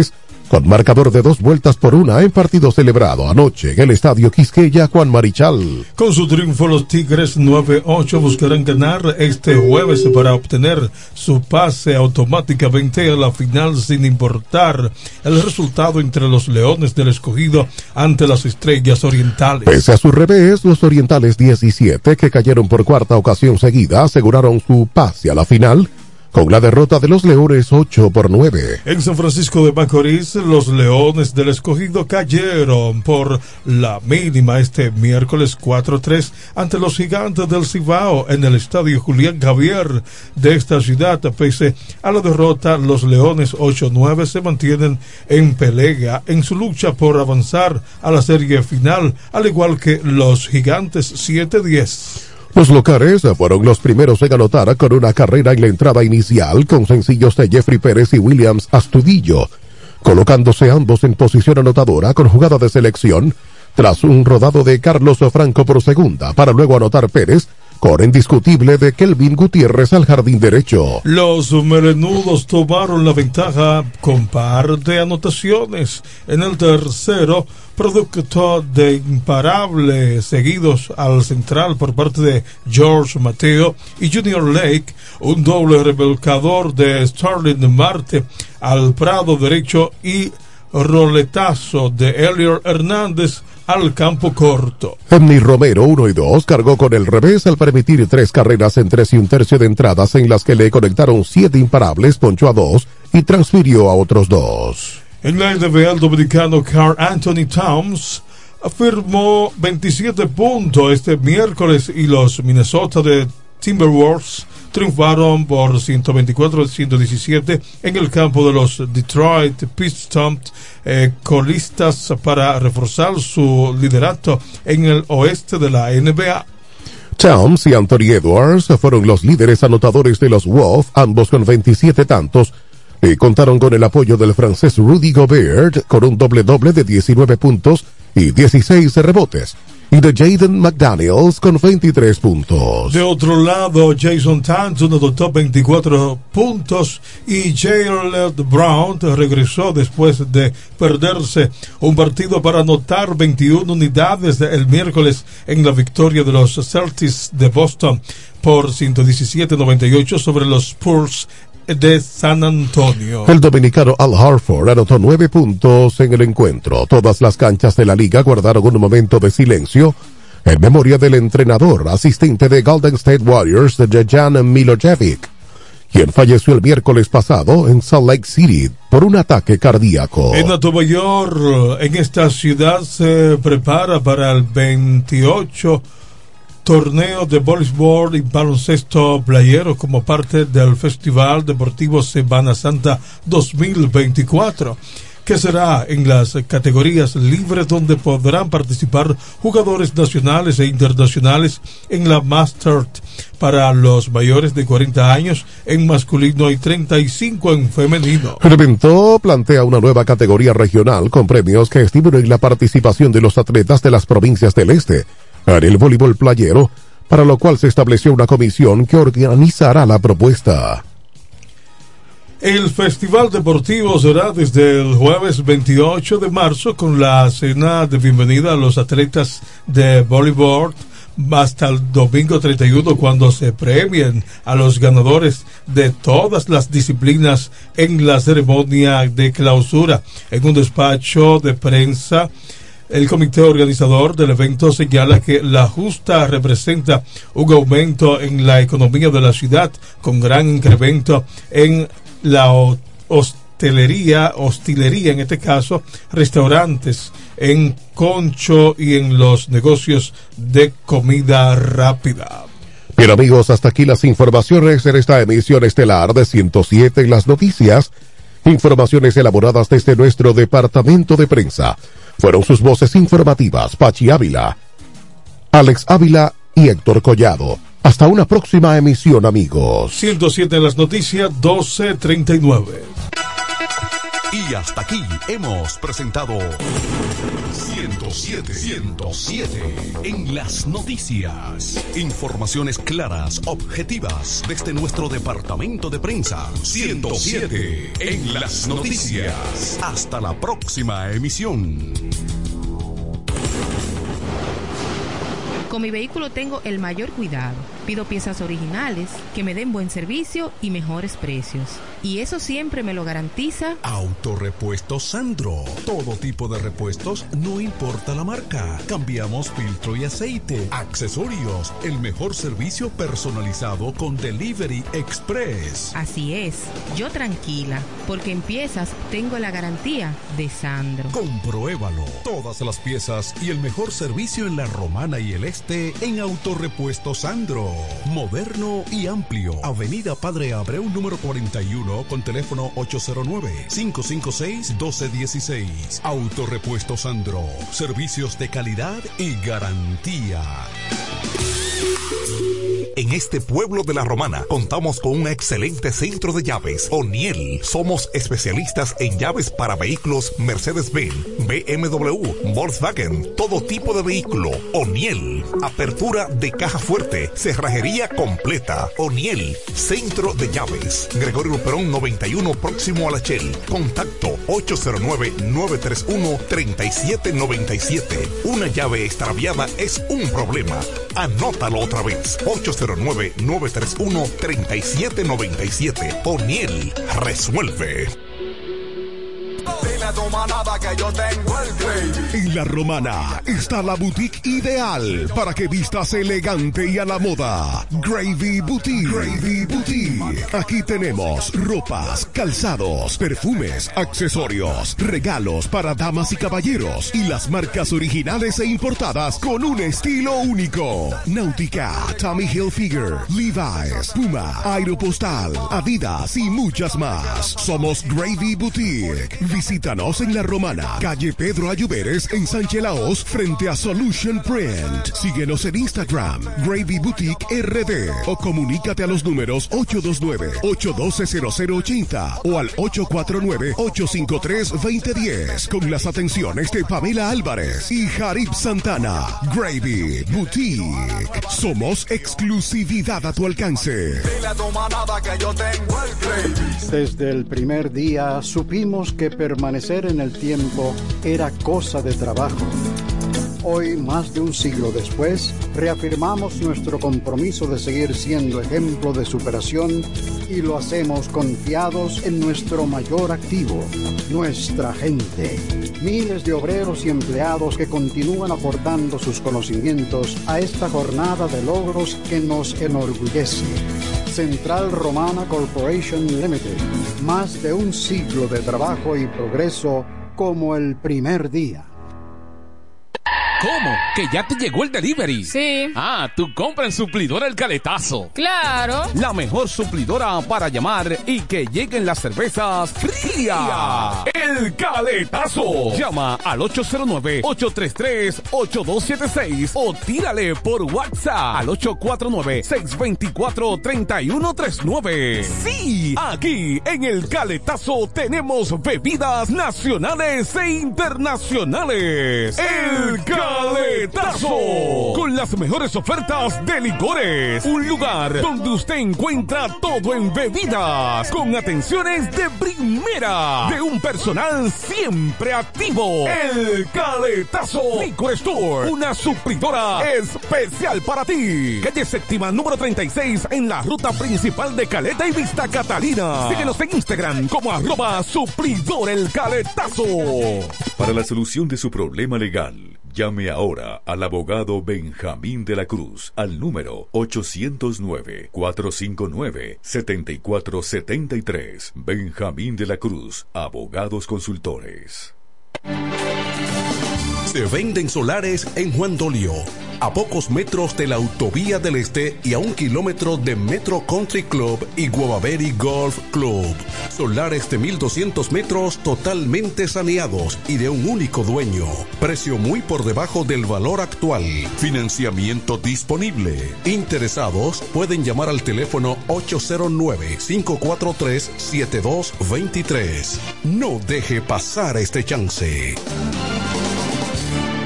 con marcador de dos vueltas por una en partido celebrado anoche en el Estadio Quisqueya Juan Marichal. Con su triunfo, los Tigres nueve ocho buscarán ganar este jueves para obtener su pase automáticamente a la final sin importar el resultado entre los Leones del Escogido ante las Estrellas Orientales. Pese a su revés, los Orientales diecisiete, que cayeron por cuarta ocasión seguida, aseguraron su pase a la final con la derrota de los Leones ocho por nueve. En San Francisco de Macorís, los Leones del Escogido cayeron por la mínima este miércoles cuatro tres ante los Gigantes del Cibao en el Estadio Julián Javier de esta ciudad. Pese a la derrota, los Leones ocho nueve se mantienen en pelea en su lucha por avanzar a la serie final, al igual que los Gigantes siete diez. Los locales fueron los primeros en anotar con una carrera en la entrada inicial con sencillos de Jeffrey Pérez y Williams Astudillo, colocándose ambos en posición anotadora con jugada de selección tras un rodado de Carlos Franco por segunda, para luego anotar Pérez con indiscutible de Kelvin Gutiérrez al jardín derecho. Los melenudos tomaron la ventaja con par de anotaciones en el tercero, producto de imparables seguidos al central por parte de George Mateo y Junior Lake, un doble revolcador de Starling Marte al prado derecho y roletazo de Elior Hernández al campo corto. Emny Romero, uno y dos, cargó con el revés al permitir tres carreras en tres y un tercio de entradas en las que le conectaron siete imparables, ponchó a dos y transfirió a otros dos. En la N B A, el dominicano Karl Anthony Towns firmó veintisiete puntos este miércoles y los Minnesota de Timberwolves triunfaron por ciento veinticuatro a ciento diecisiete en el campo de los Detroit Pistons, eh, colistas para reforzar su liderato en el oeste de la N B A. Towns y Anthony Edwards fueron los líderes anotadores de los Wolves, ambos con veintisiete tantos, y contaron con el apoyo del francés Rudy Gobert con un doble-doble de diecinueve puntos y dieciséis rebotes, y de Jaden McDaniels con veintitrés puntos. De otro lado, Jason Tatum anotó veinticuatro puntos y Jaylen Brown regresó después de perderse un partido para anotar veintiuna unidades el miércoles en la victoria de los Celtics de Boston por ciento diecisiete a noventa y ocho sobre los Spurs de San Antonio. El dominicano Al Horford anotó nueve puntos en el encuentro. Todas las canchas de la liga guardaron un momento de silencio en memoria del entrenador asistente de Golden State Warriors, Dejan Milojevic, quien falleció el miércoles pasado en Salt Lake City por un ataque cardíaco. En Nueva York, en esta ciudad, se prepara para el veintiocho torneo de voleibol y baloncesto playero como parte del Festival Deportivo Semana Santa dos mil veinticuatro, que será en las categorías libres, donde podrán participar jugadores nacionales e internacionales en la Masters para los mayores de cuarenta años en masculino y treinta y cinco en femenino. El evento plantea una nueva categoría regional con premios que estimulen la participación de los atletas de las provincias del este en el voleibol playero, para lo cual se estableció una comisión que organizará la propuesta. El Festival Deportivo será desde el jueves veintiocho de marzo con la cena de bienvenida a los atletas de voleibol hasta el domingo treinta y uno, cuando se premien a los ganadores de todas las disciplinas en la ceremonia de clausura. En un despacho de prensa, el comité organizador del evento señala que la justa representa un aumento en la economía de la ciudad, con gran incremento en la hostelería, hostelería en este caso, restaurantes, en concho y en los negocios de comida rápida. Bien, amigos, hasta aquí las informaciones en esta emisión estelar de ciento siete en las noticias. Informaciones elaboradas desde nuestro departamento de prensa. Fueron sus voces informativas Pachi Ávila, Alex Ávila y Héctor Collado. Hasta una próxima emisión, amigos. ciento siete en las noticias, doce treinta y nueve. Y hasta aquí hemos presentado ciento siete. ciento siete en las noticias. Informaciones claras, objetivas, desde nuestro departamento de prensa. ciento siete en las noticias. Hasta la próxima emisión. Con mi vehículo tengo el mayor cuidado. Pido piezas originales, que me den buen servicio y mejores precios. Y eso siempre me lo garantiza Autorepuestos Sandro. Todo tipo de repuestos, no importa la marca. Cambiamos filtro y aceite, accesorios, el mejor servicio personalizado con Delivery Express. Así es, yo tranquila, porque en piezas tengo la garantía de Sandro. Compruébalo. Todas las piezas y el mejor servicio en la Romana y el Este en Autorepuestos Sandro. Moderno y amplio. Avenida Padre Abreu número cuarenta y uno con teléfono ocho cero nueve, cinco cinco seis, uno dos uno seis. Autorepuestos Sandro. Servicios de calidad y garantía. En este pueblo de la Romana contamos con un excelente centro de llaves, O'Neill. Somos especialistas en llaves para vehículos Mercedes-Benz, B M W, Volkswagen, todo tipo de vehículo. O'Neill. Apertura de caja fuerte, cerrajería completa. O'Neill, centro de llaves. Gregorio Luperón noventa y uno, próximo a la Shell. Contacto ocho cero nueve, nueve tres uno, tres siete nueve siete. Una llave extraviada es un problema. Anótalo otra vez. ocho cero nueve, nueve tres uno, tres siete nueve siete. O'Neill resuelve. Dile a tu manada que yo tengo el Gravy. En La Romana está la boutique ideal para que vistas elegante y a la moda. Gravy Boutique. Gravy Boutique. Aquí tenemos ropas, calzados, perfumes, accesorios, regalos para damas y caballeros y las marcas originales e importadas con un estilo único. Náutica, Tommy Hilfiger, Levi's, Puma, Aeropostal, Adidas y muchas más. Somos Gravy Boutique. Visítanos en La Romana, calle Pedro Ayuberes, en Sánchez Laos, frente a Solution Print. Síguenos en Instagram, Gravy Boutique R D, o comunícate a los números ocho dos nueve, ocho uno dos, cero cero ocho cero o al ocho cuatro nueve, ocho cinco tres, dos cero uno cero, con las atenciones de Pamela Álvarez y Jarib Santana. Gravy Boutique. Somos exclusividad a tu alcance. Dile a tu manada que yo tengo el Gravy. Desde el primer día supimos que permanecer en el tiempo era cosa de trabajo. Hoy, más de un siglo después, reafirmamos nuestro compromiso de seguir siendo ejemplo de superación y lo hacemos confiados en nuestro mayor activo, nuestra gente. Miles de obreros y empleados que continúan aportando sus conocimientos a esta jornada de logros que nos enorgullece. Central Romana Corporation Limited. Más de un siglo de trabajo y progreso como el primer día. ¿Cómo? ¿Que ya te llegó el delivery? Sí. Ah, tu compra en Suplidora El Caletazo. Claro. La mejor suplidora para llamar y que lleguen las cervezas frías. El Caletazo. Llama al ocho cero nueve, ocho tres tres, ocho dos siete seis o tírale por WhatsApp al ocho cuatro nueve, seis dos cuatro, tres uno tres nueve. Sí, aquí en El Caletazo tenemos bebidas nacionales e internacionales. El Caletazo. Con las mejores ofertas de licores. Un lugar donde usted encuentra todo en bebidas. Con atenciones de primera. De un personal siempre activo. El Caletazo Liquor Store. Una suplidora especial para ti. Calle Séptima número treinta y seis en la ruta principal de Caleta y Vista Catalina. Síguenos en Instagram como arroba suplidor El Caletazo. Para la solución de su problema legal, llame ahora al abogado Benjamín de la Cruz al número ocho cero nueve, cuatro cinco nueve, siete cuatro siete tres. Benjamín de la Cruz, Abogados Consultores. Se venden solares en Juan Dolio, a pocos metros de la Autovía del Este y a un kilómetro de Metro Country Club y Guavaberi Golf Club. Solares de mil doscientos metros totalmente saneados y de un único dueño. Precio muy por debajo del valor actual. Financiamiento disponible. Interesados pueden llamar al teléfono ocho cero nueve, cinco cuatro tres, siete dos dos tres. No deje pasar este chance.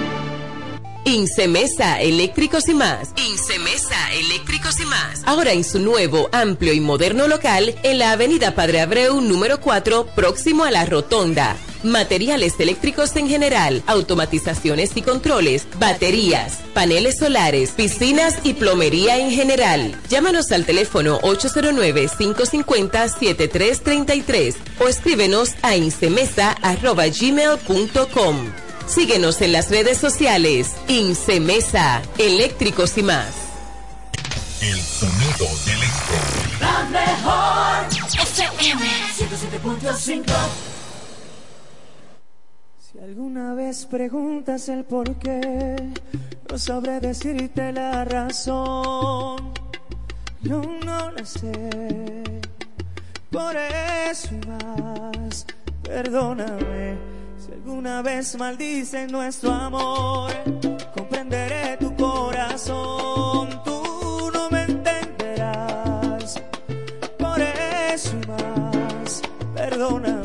Incemesa Eléctricos y Más. Incemesa Eléctricos y Más. Ahora en su nuevo, amplio y moderno local en la avenida Padre Abreu número cuatro, próximo a la Rotonda. Materiales eléctricos en general, automatizaciones y controles, baterías, paneles solares, piscinas y plomería en general. Llámanos al teléfono ocho cero nueve, cinco cinco cero, siete tres tres tres o escríbenos a incemesa arroba gmail punto com. Síguenos en las redes sociales. Incemesa, Eléctricos y Más. El sonido del este. La mejor F M ciento siete punto cinco. Si alguna vez preguntas el por qué, no sabré decirte la razón. Yo no la sé. Por eso y más, perdóname. Si alguna vez maldicen nuestro amor, comprenderé tu corazón. Tú no me entenderás. Por eso y más, perdóname.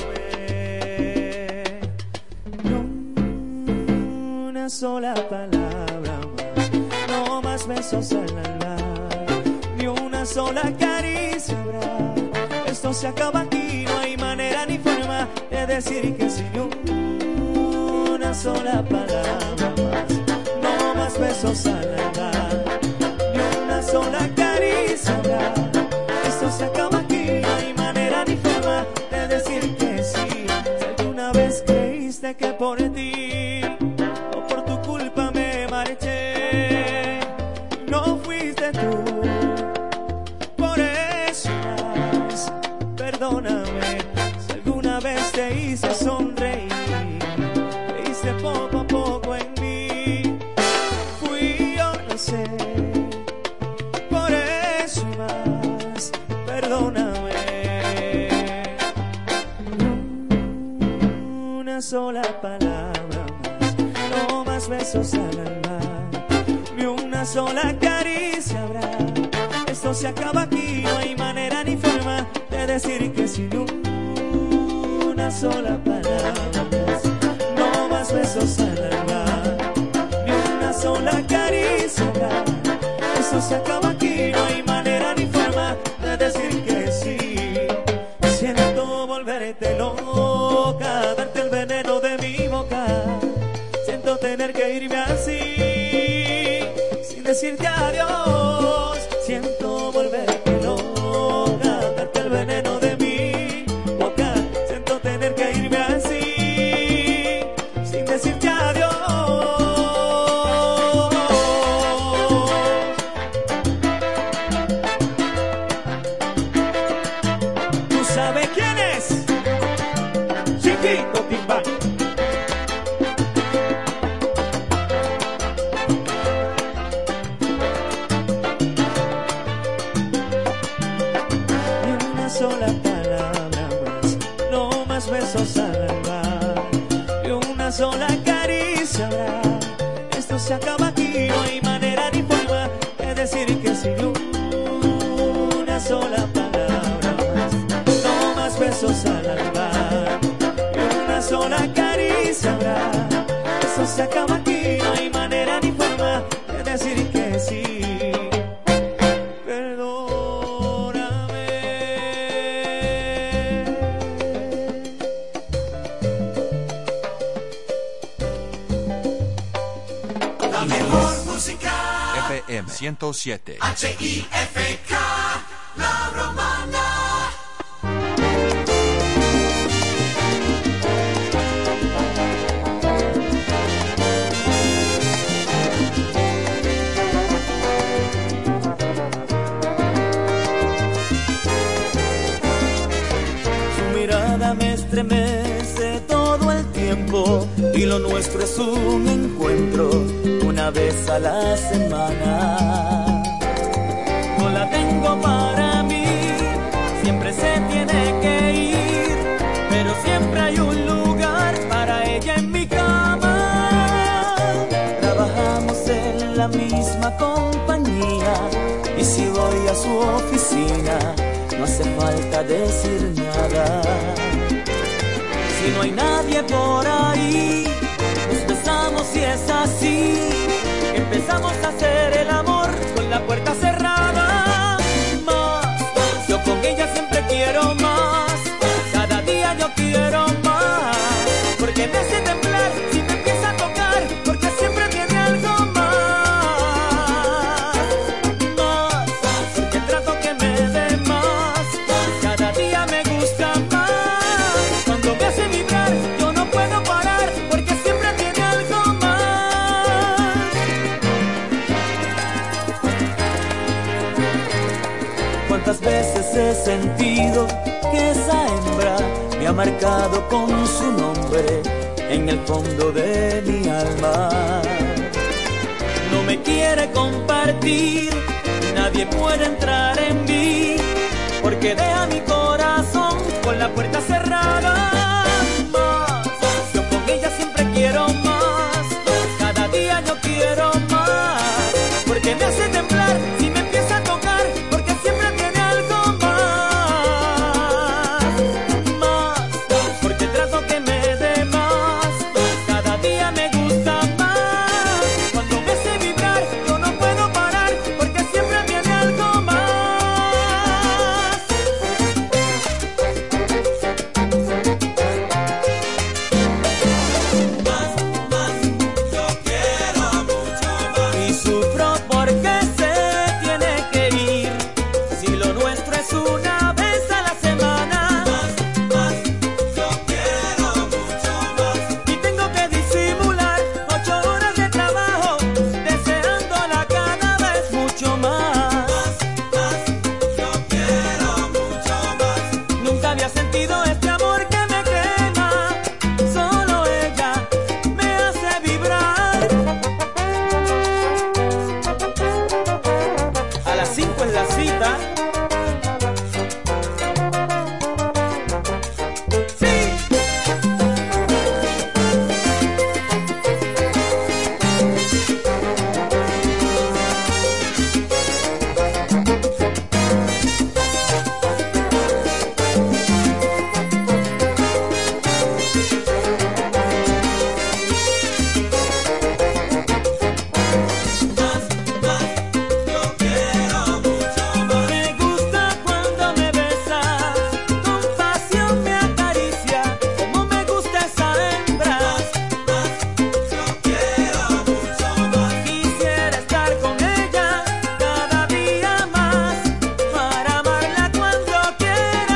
Una sola palabra más, no más besos al hablar, ni una sola caricia habrá. Esto se acaba aquí, no hay manera ni forma de decir que sí. Una sola palabra más, no más besos al hablar, ni una sola caricia habrá. Esto se acaba aquí, no hay manera ni forma de decir que sí. Si alguna vez creíste que por ti no fuiste tú, por eso más, perdóname. Si alguna vez te hice sonreír, creíste poco a poco en mí, fui yo, no sé, por eso más, perdóname. Una sola palabra más, no más besos al alma, ni una sola caricia habrá. Esto se acaba aquí, no hay manera ni forma de decir que sí. Una sola palabra más, no más besos al alma, ni una sola caricia habrá. Esto se acaba aquí, no hay manera ni forma de decir que sí. Siento volverte loca, darte el veneno de mi boca. Siento tener que irme así, decirte adiós. Siento volverte loca, darte el veneno de mi boca. Siento tener que irme así, sin decirte adiós. ¿Tú sabes quién es? Chiquito Timba. Sola palabra más, no más besos al alma, y una sola caricia habrá. Esto se acaba aquí, no hay manera ni forma de decir que sí. Una sola palabra más, no más besos al alma, y una sola caricia habrá. Esto se acaba aquí, no hay manera ni forma de decir que sí. ciento siete. H I F K, La Romana. Su mirada me estremece todo el tiempo y lo nuestro es un encuentro una vez a la semana. No la tengo para mí, siempre se tiene que ir, pero siempre hay un lugar para ella en mi cama. Trabajamos en la misma compañía y si voy a su oficina no hace falta decir nada. Si no hay nadie por ahí, nos besamos y es así. veces he sentido que esa hembra me ha marcado con su nombre en el fondo de mi alma. No me quiere compartir, nadie puede entrar en mí, porque deja mi corazón con la puerta cerrada. Más, yo con ella siempre quiero más, cada día yo quiero más, porque me hace temblar si me empieza a tocar, porque siempre tiene algo más. Más, porque trato que me dé más, cada día me gusta más. Cuando me hace vibrar yo no puedo parar, porque siempre viene algo más. Y sufro porque se tiene que ir, si lo nuestro es una vez a la semana. Más, más, yo quiero mucho más. Y tengo que disimular ocho horas de trabajo, deseándola cada vez mucho más. Más, más, yo quiero mucho más. Nunca había sentido este amor que me quema, solo ella me hace vibrar. A las cinco es la cita. Sí. Me gusta cuando me besas, con pasión me acaricia, como me gusta esa hembra. Yo quiero mucho más. Quisiera estar con ella cada día más, para amarla cuando quiera.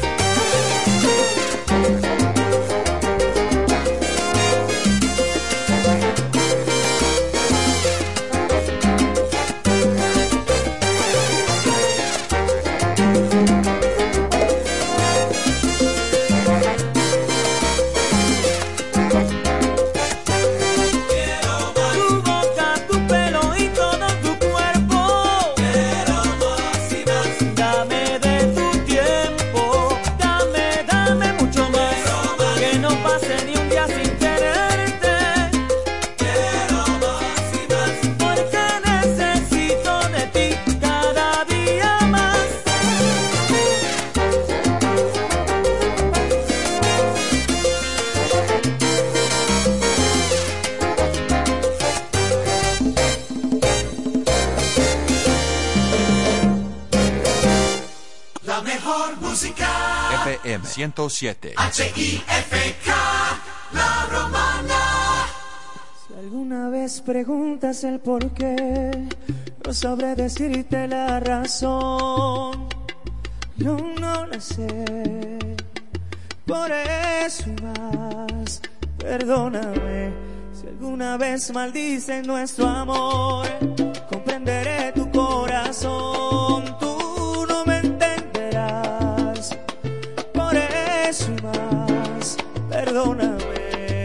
Tu boca, tu pelo y todo tu cuerpo. Quiero más y más. Dame de tu tiempo, dame, dame mucho más. Que no pase ni un día sin tenerte. Quiero más y más. Porque necesito de ti cada día más. La mejor música. F M ciento siete. H I F K, La Romana. Si alguna vez preguntas el por qué, no sabré decirte la razón. No, no la sé. Por eso y más, perdóname. Si alguna vez maldicen nuestro amor, comprenderé tu corazón. Tú no me entenderás. Por eso y más, perdóname.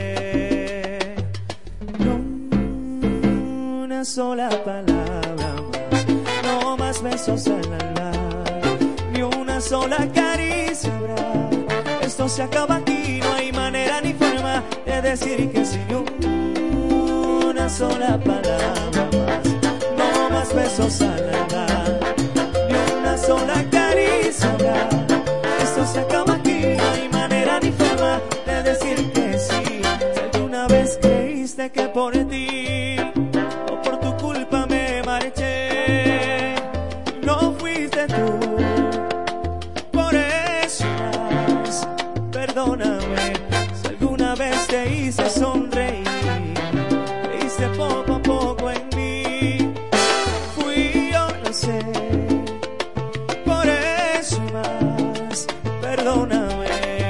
No una sola palabra más, no más besos al alma, ni una sola caricia habrá. Esto se acaba aquí, no hay manera ni forma de decir que sin una sola palabra más, no más besos al alma, ni una sola caricia habrá. Esto se acaba aquí, no hay manera ni forma de decir que sí. Si alguna vez creíste que por ti o por tu culpa me marché, no fuiste tú. Por eso más, perdóname. Si alguna vez te hice sonreír, creíste poco a poco en mí, fui yo, no sé. Por eso más, perdóname.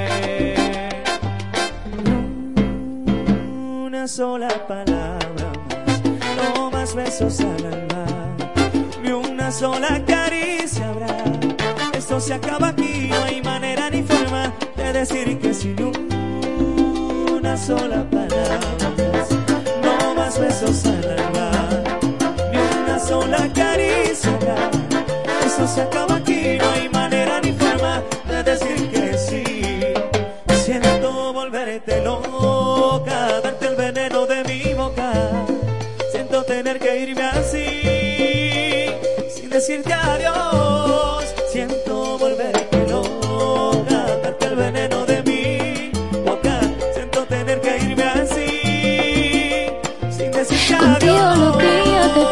Una sola palabra más, no más besos al alma, ni una sola caricia habrá. esto se acaba aquí, no hay manera ni forma de decir que sin una sola palabra más. No más besos al alma, ni una sola caricia. Esto se acaba aquí, no hay manera ni forma de decir que sí. Siento volverte loca, darte el veneno de mi boca. Siento tener que irme así, sin decirte adiós. Siento volverte loca, darte el veneno de mi boca. Siento tener que irme así, sin decirte Contigo adiós. lo que yo te...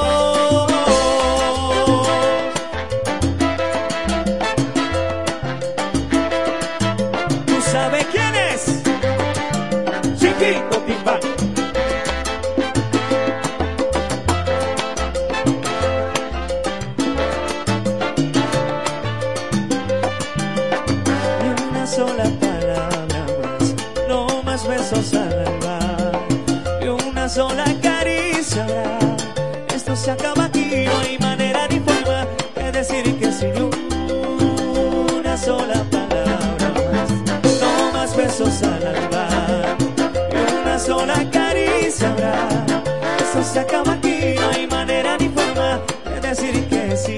¿Tú sabes quién es? Chiquito Timba. Ni una sola palabra más, no más besos al alba, ni una sola caricia habrá. Esto se acaba aquí, no hay manera ni forma de decir que sin una sola palabra más, no más besos al alba, ni una sola caricia habrá. Esto se acaba aquí, no hay manera ni forma de decir que sí.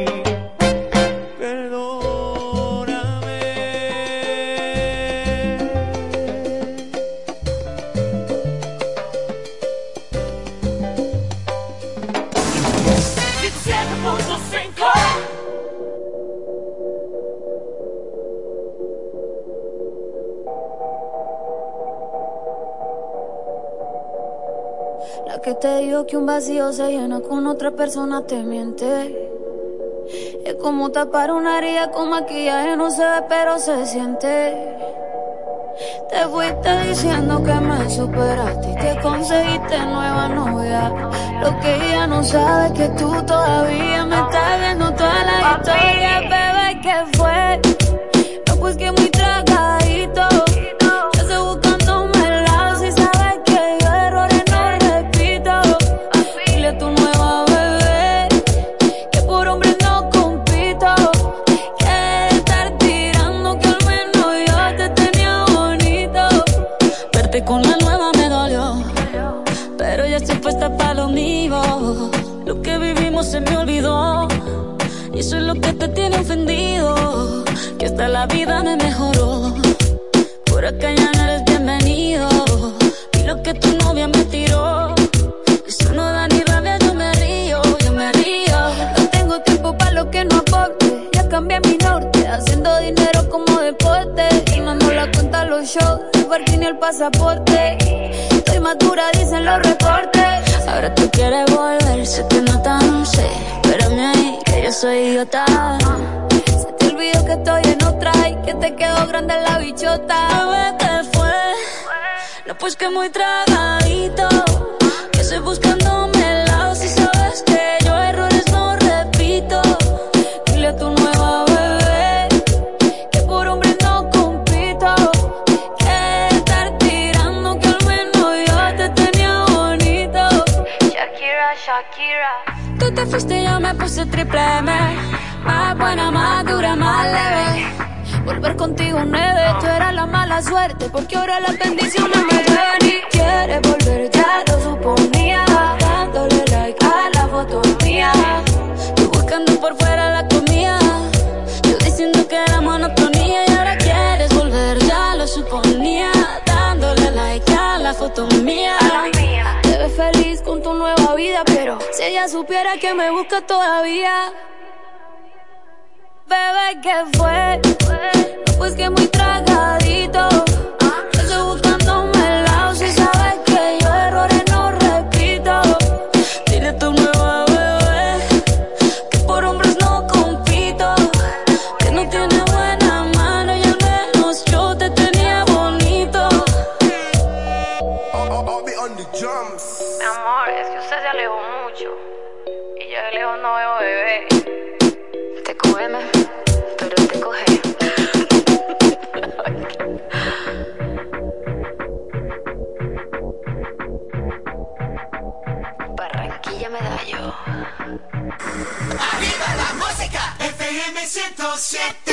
La que te digo que un vacío se llena con otra persona te miente. Es como tapar una herida con maquillaje, no se ve pero se siente. Te fuiste diciendo que me superaste y que conseguiste nueva novia. Lo que ella no sabe es que tú todavía me estás viendo toda la historia. Bebé, ¿qué fue? No, pues que muy tragadito. Yo estoy buscándome el lado, si sabes que yo errores no repito. Dile a tu nueva bebé que por hombre no compito. Que estar tirando, que al menos yo te tenía bonito. Verte con la nueva me dolió, pero ya estoy puesta para lo mío. Lo que vivimos se me olvidó, y eso es lo que te tiene ofendido. Que hasta la vida me mejoró, por acá ya no eres bienvenido. Y lo que tu novia me tiró, eso no da ni rabia, yo me río, yo me río. No tengo tiempo para lo que no aporte, ya cambié mi norte, haciendo dinero como deporte. Y mando la cuenta a los shows, el parking y el pasaporte. Estoy madura, dicen los reportes. Ahora tú quieres volver, sé que no tan sé, espérame ahí, que yo soy idiota. Se te olvidó que estoy en otra y que te quedó grande la bichota. Bebé, ¿qué fue? No, pues que muy tragadito, que estoy buscándome el lado, si sabes que yo errores no repito. Dile a tu nueva bebé que por hombre no compito. Que estar tirando, que al menos yo te tenía bonito. Shakira, Shakira. Tú te fuiste y yo me puse triple M. Más buena, más dura, más leve. Volver contigo nueve, tú eras la mala suerte, porque ahora las bendiciones me ven. Y quieres volver, ya lo suponía, dándole like a la foto mía. Tú buscando por fuera la comida, yo diciendo que era monotonía. Y ahora quieres volver, ya lo suponía, dándole like a la foto mía. Te ves feliz con tu nueva vida, pero si ella supiera que me busca todavía. Bebé, ¿qué fue? No, pues que muy tragadito. Yo estoy buscándome el lado, si sabes que yo errores no repito. Dile a tu nueva bebé que por hombres no compito. Que no tiene buena mano y al menos yo te tenía bonito. Mi amor, es que usted se alejó mucho y yo de lejos no veo bebé. Te cógeme, pero te coge. Barranquilla Medallo. Arriba la música, F M ciento siete.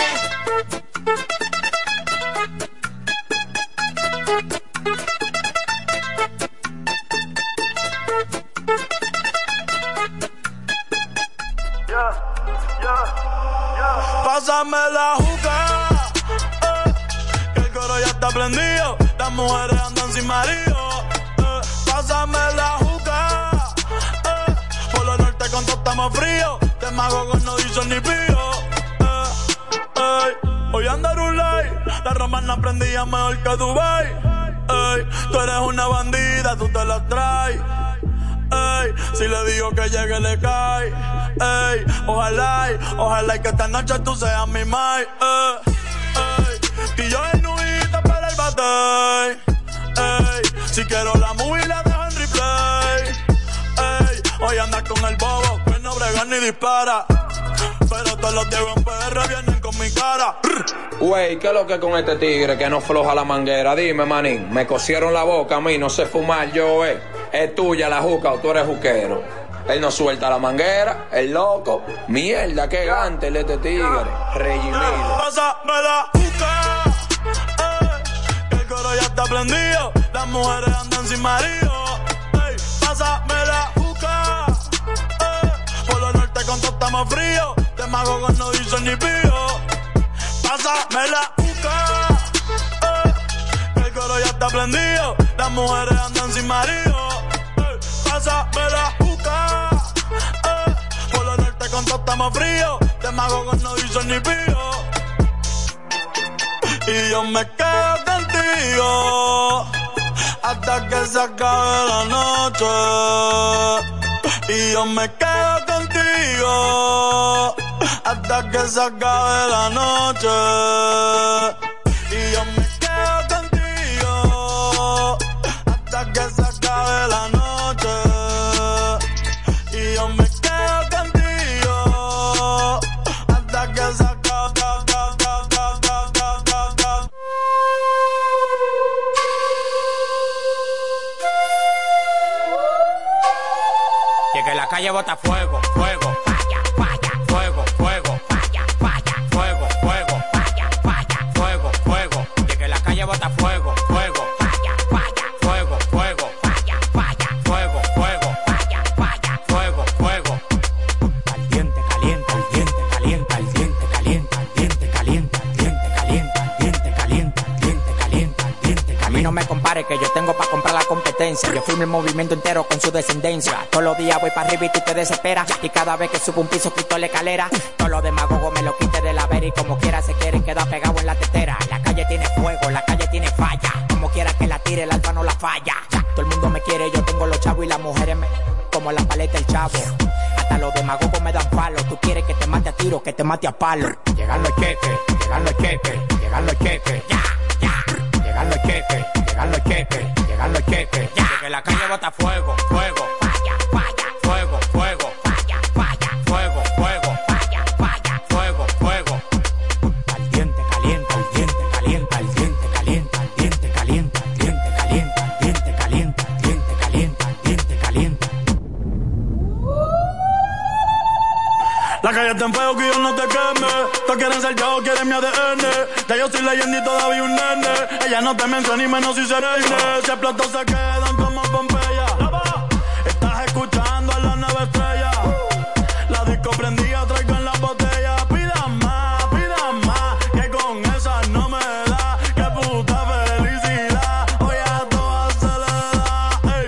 Pásame la juca, eh, que el coro ya está prendido. Las mujeres andan sin marido. Eh, pásame la juca, eh, por lo norte con todo estamos fríos. De magogos no dicen ni pío. Eh, eh, hoy andar un like, la romana prendía mejor que Dubai. Eh, tú eres una bandida, tú te la traes. Ey, si le digo que llegue le cae. Ey, ojalá, ojalá que esta noche tú seas mi mai. Ey, ey, y yo en nubita para el bate. Ey, si quiero la movie la dejo en replay. Ey, hoy andas con el bobo que no brega ni dispara. Pero todos los Diego en P R vienen con mi cara. Wey, ¿qué es lo que con este tigre que no floja la manguera? Dime, manín, me cosieron la boca a mí, no sé fumar yo, eh. Es tuya la juca o tú eres juquero. Él no suelta la manguera, el loco. Mierda, qué gante el este tigre. Regimilo. Pásame la juca, eh, que el coro ya está prendido. Las mujeres andan sin marido. Ey, pásame la juca, eh, por lo norte con todo estamos fríos. De magogos no dicen ni pío. Pásame la juca, eh, que el coro ya está prendido. Las mujeres andan sin marido. Ey, pásame la juca, eh, por lo norte con todo estamos fríos. De magogos no dicen ni pío. Y yo me quedo contigo hasta que se acabe la noche. Y yo me quedo contigo hasta que se acabe la noche. Y yo me quedo contigo hasta que se acabe la noche. Y yo me quedo contigo hasta que se acabe. Que la calle bota fuego, fuego, falla, falla, fuego, fuego, falla, falla, fuego, fuego, falla, falla, fuego, fuego. Que la calle bota fuego, fuego, falla, falla, fuego, fuego, falla, falla, fuego, fuego, falla, falla, fuego, fuego. Caliente, caliente, caliente, caliente, caliente, caliente, caliente, caliente, caliente, caliente, caliente, caliente, caliente, caliente, caliente. A mí no me compare que yo tengo para comprar la competencia. Yo firmo el movimiento entero con su descendencia. Todos los días voy para arriba y tú te desesperas. Y cada vez que subo un piso quito la escalera. Todos los demagogos me lo quite de la vera. Y como quiera se quieren quedar pegados en la tetera. La calle tiene fuego, la calle tiene falla. Como quiera que la tire, el alfa no la falla. Todo el mundo me quiere, yo tengo los chavos y las mujeres me... como la paleta el chavo. Hasta los demagogos me dan palo. Tú quieres que te mate a tiro, que te mate a palo. Llegan los cheques, llegan los cheques, llegan los cheques. Ya, ya. Llegan los cheques, llegan los cheques, llegan los cheques. Ya. Que la calle bota fuego, fuego. Falla, falla, fuego, fuego. Falla, falla, fuego, fuego. Falla, falla, fuego, fuego. Caliente, caliente, caliente, caliente, caliente, caliente, caliente, caliente, caliente, caliente, caliente, caliente, caliente, caliente, caliente, caliente. La calle está en fuego que yo no te queme. Todos quieren ser yo, quieren mi A D N. Ya yo soy leyenda y todavía un nene. Ella no te menciona ni menos si se reine. Si explotó se quedan como Pompeya. Estás escuchando a la nueva estrella. La disco prendida, traigo en la botella. Pidan más, pidan más, que con esa no me da. Que puta felicidad, hoy a todas se le da. Ey.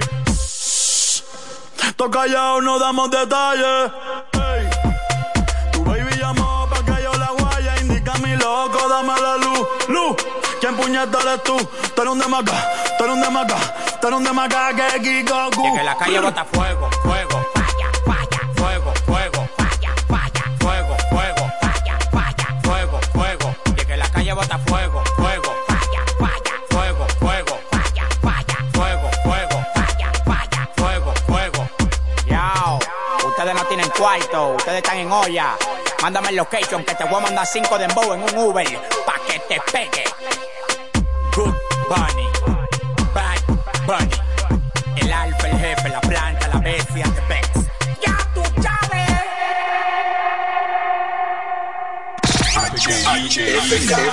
Todos callados, no damos detalles. Ey. Tu baby llamó pa' que yo la guaya. Indica mi loco, dame la luz, luz. ¿Quién puñeta eres tú? Tú eres un demaca, tú eres un demaca, tú eres un demaca que Kikoku. Que la calle bota fuego, fuego. Falla, falla, fuego, fuego. Falla, falla, fuego, fuego. Falla, falla, fuego, fuego. Que la calle bota fuego, fuego. Falla, falla, fuego, fuego. Falla, falla, fuego, fuego. Falla, falla, fuego, fuego. Yao, ustedes no tienen cuarto, ustedes están en olla. Mándame el location que te voy a mandar cinco dembow en un Uber pa' que te pegue. Good Bunny, Bad Bunny, el alfa, el jefe, la planta, la bestia, the best. Ya tú sabes.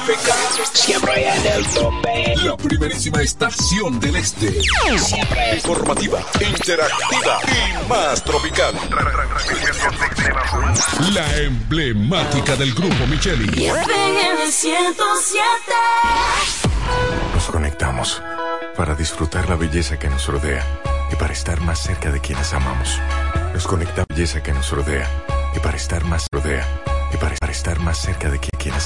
Siempre en el tope. La primerísima estación del este. Siempre informativa, interactiva y más tropical. La emblemática del grupo Micheli. ciento siete. Nos conectamos para disfrutar la belleza que nos rodea y para estar más cerca de quienes amamos. Nos conectamos a la belleza que nos rodea y para estar más rodea y para, para estar más cerca de quienes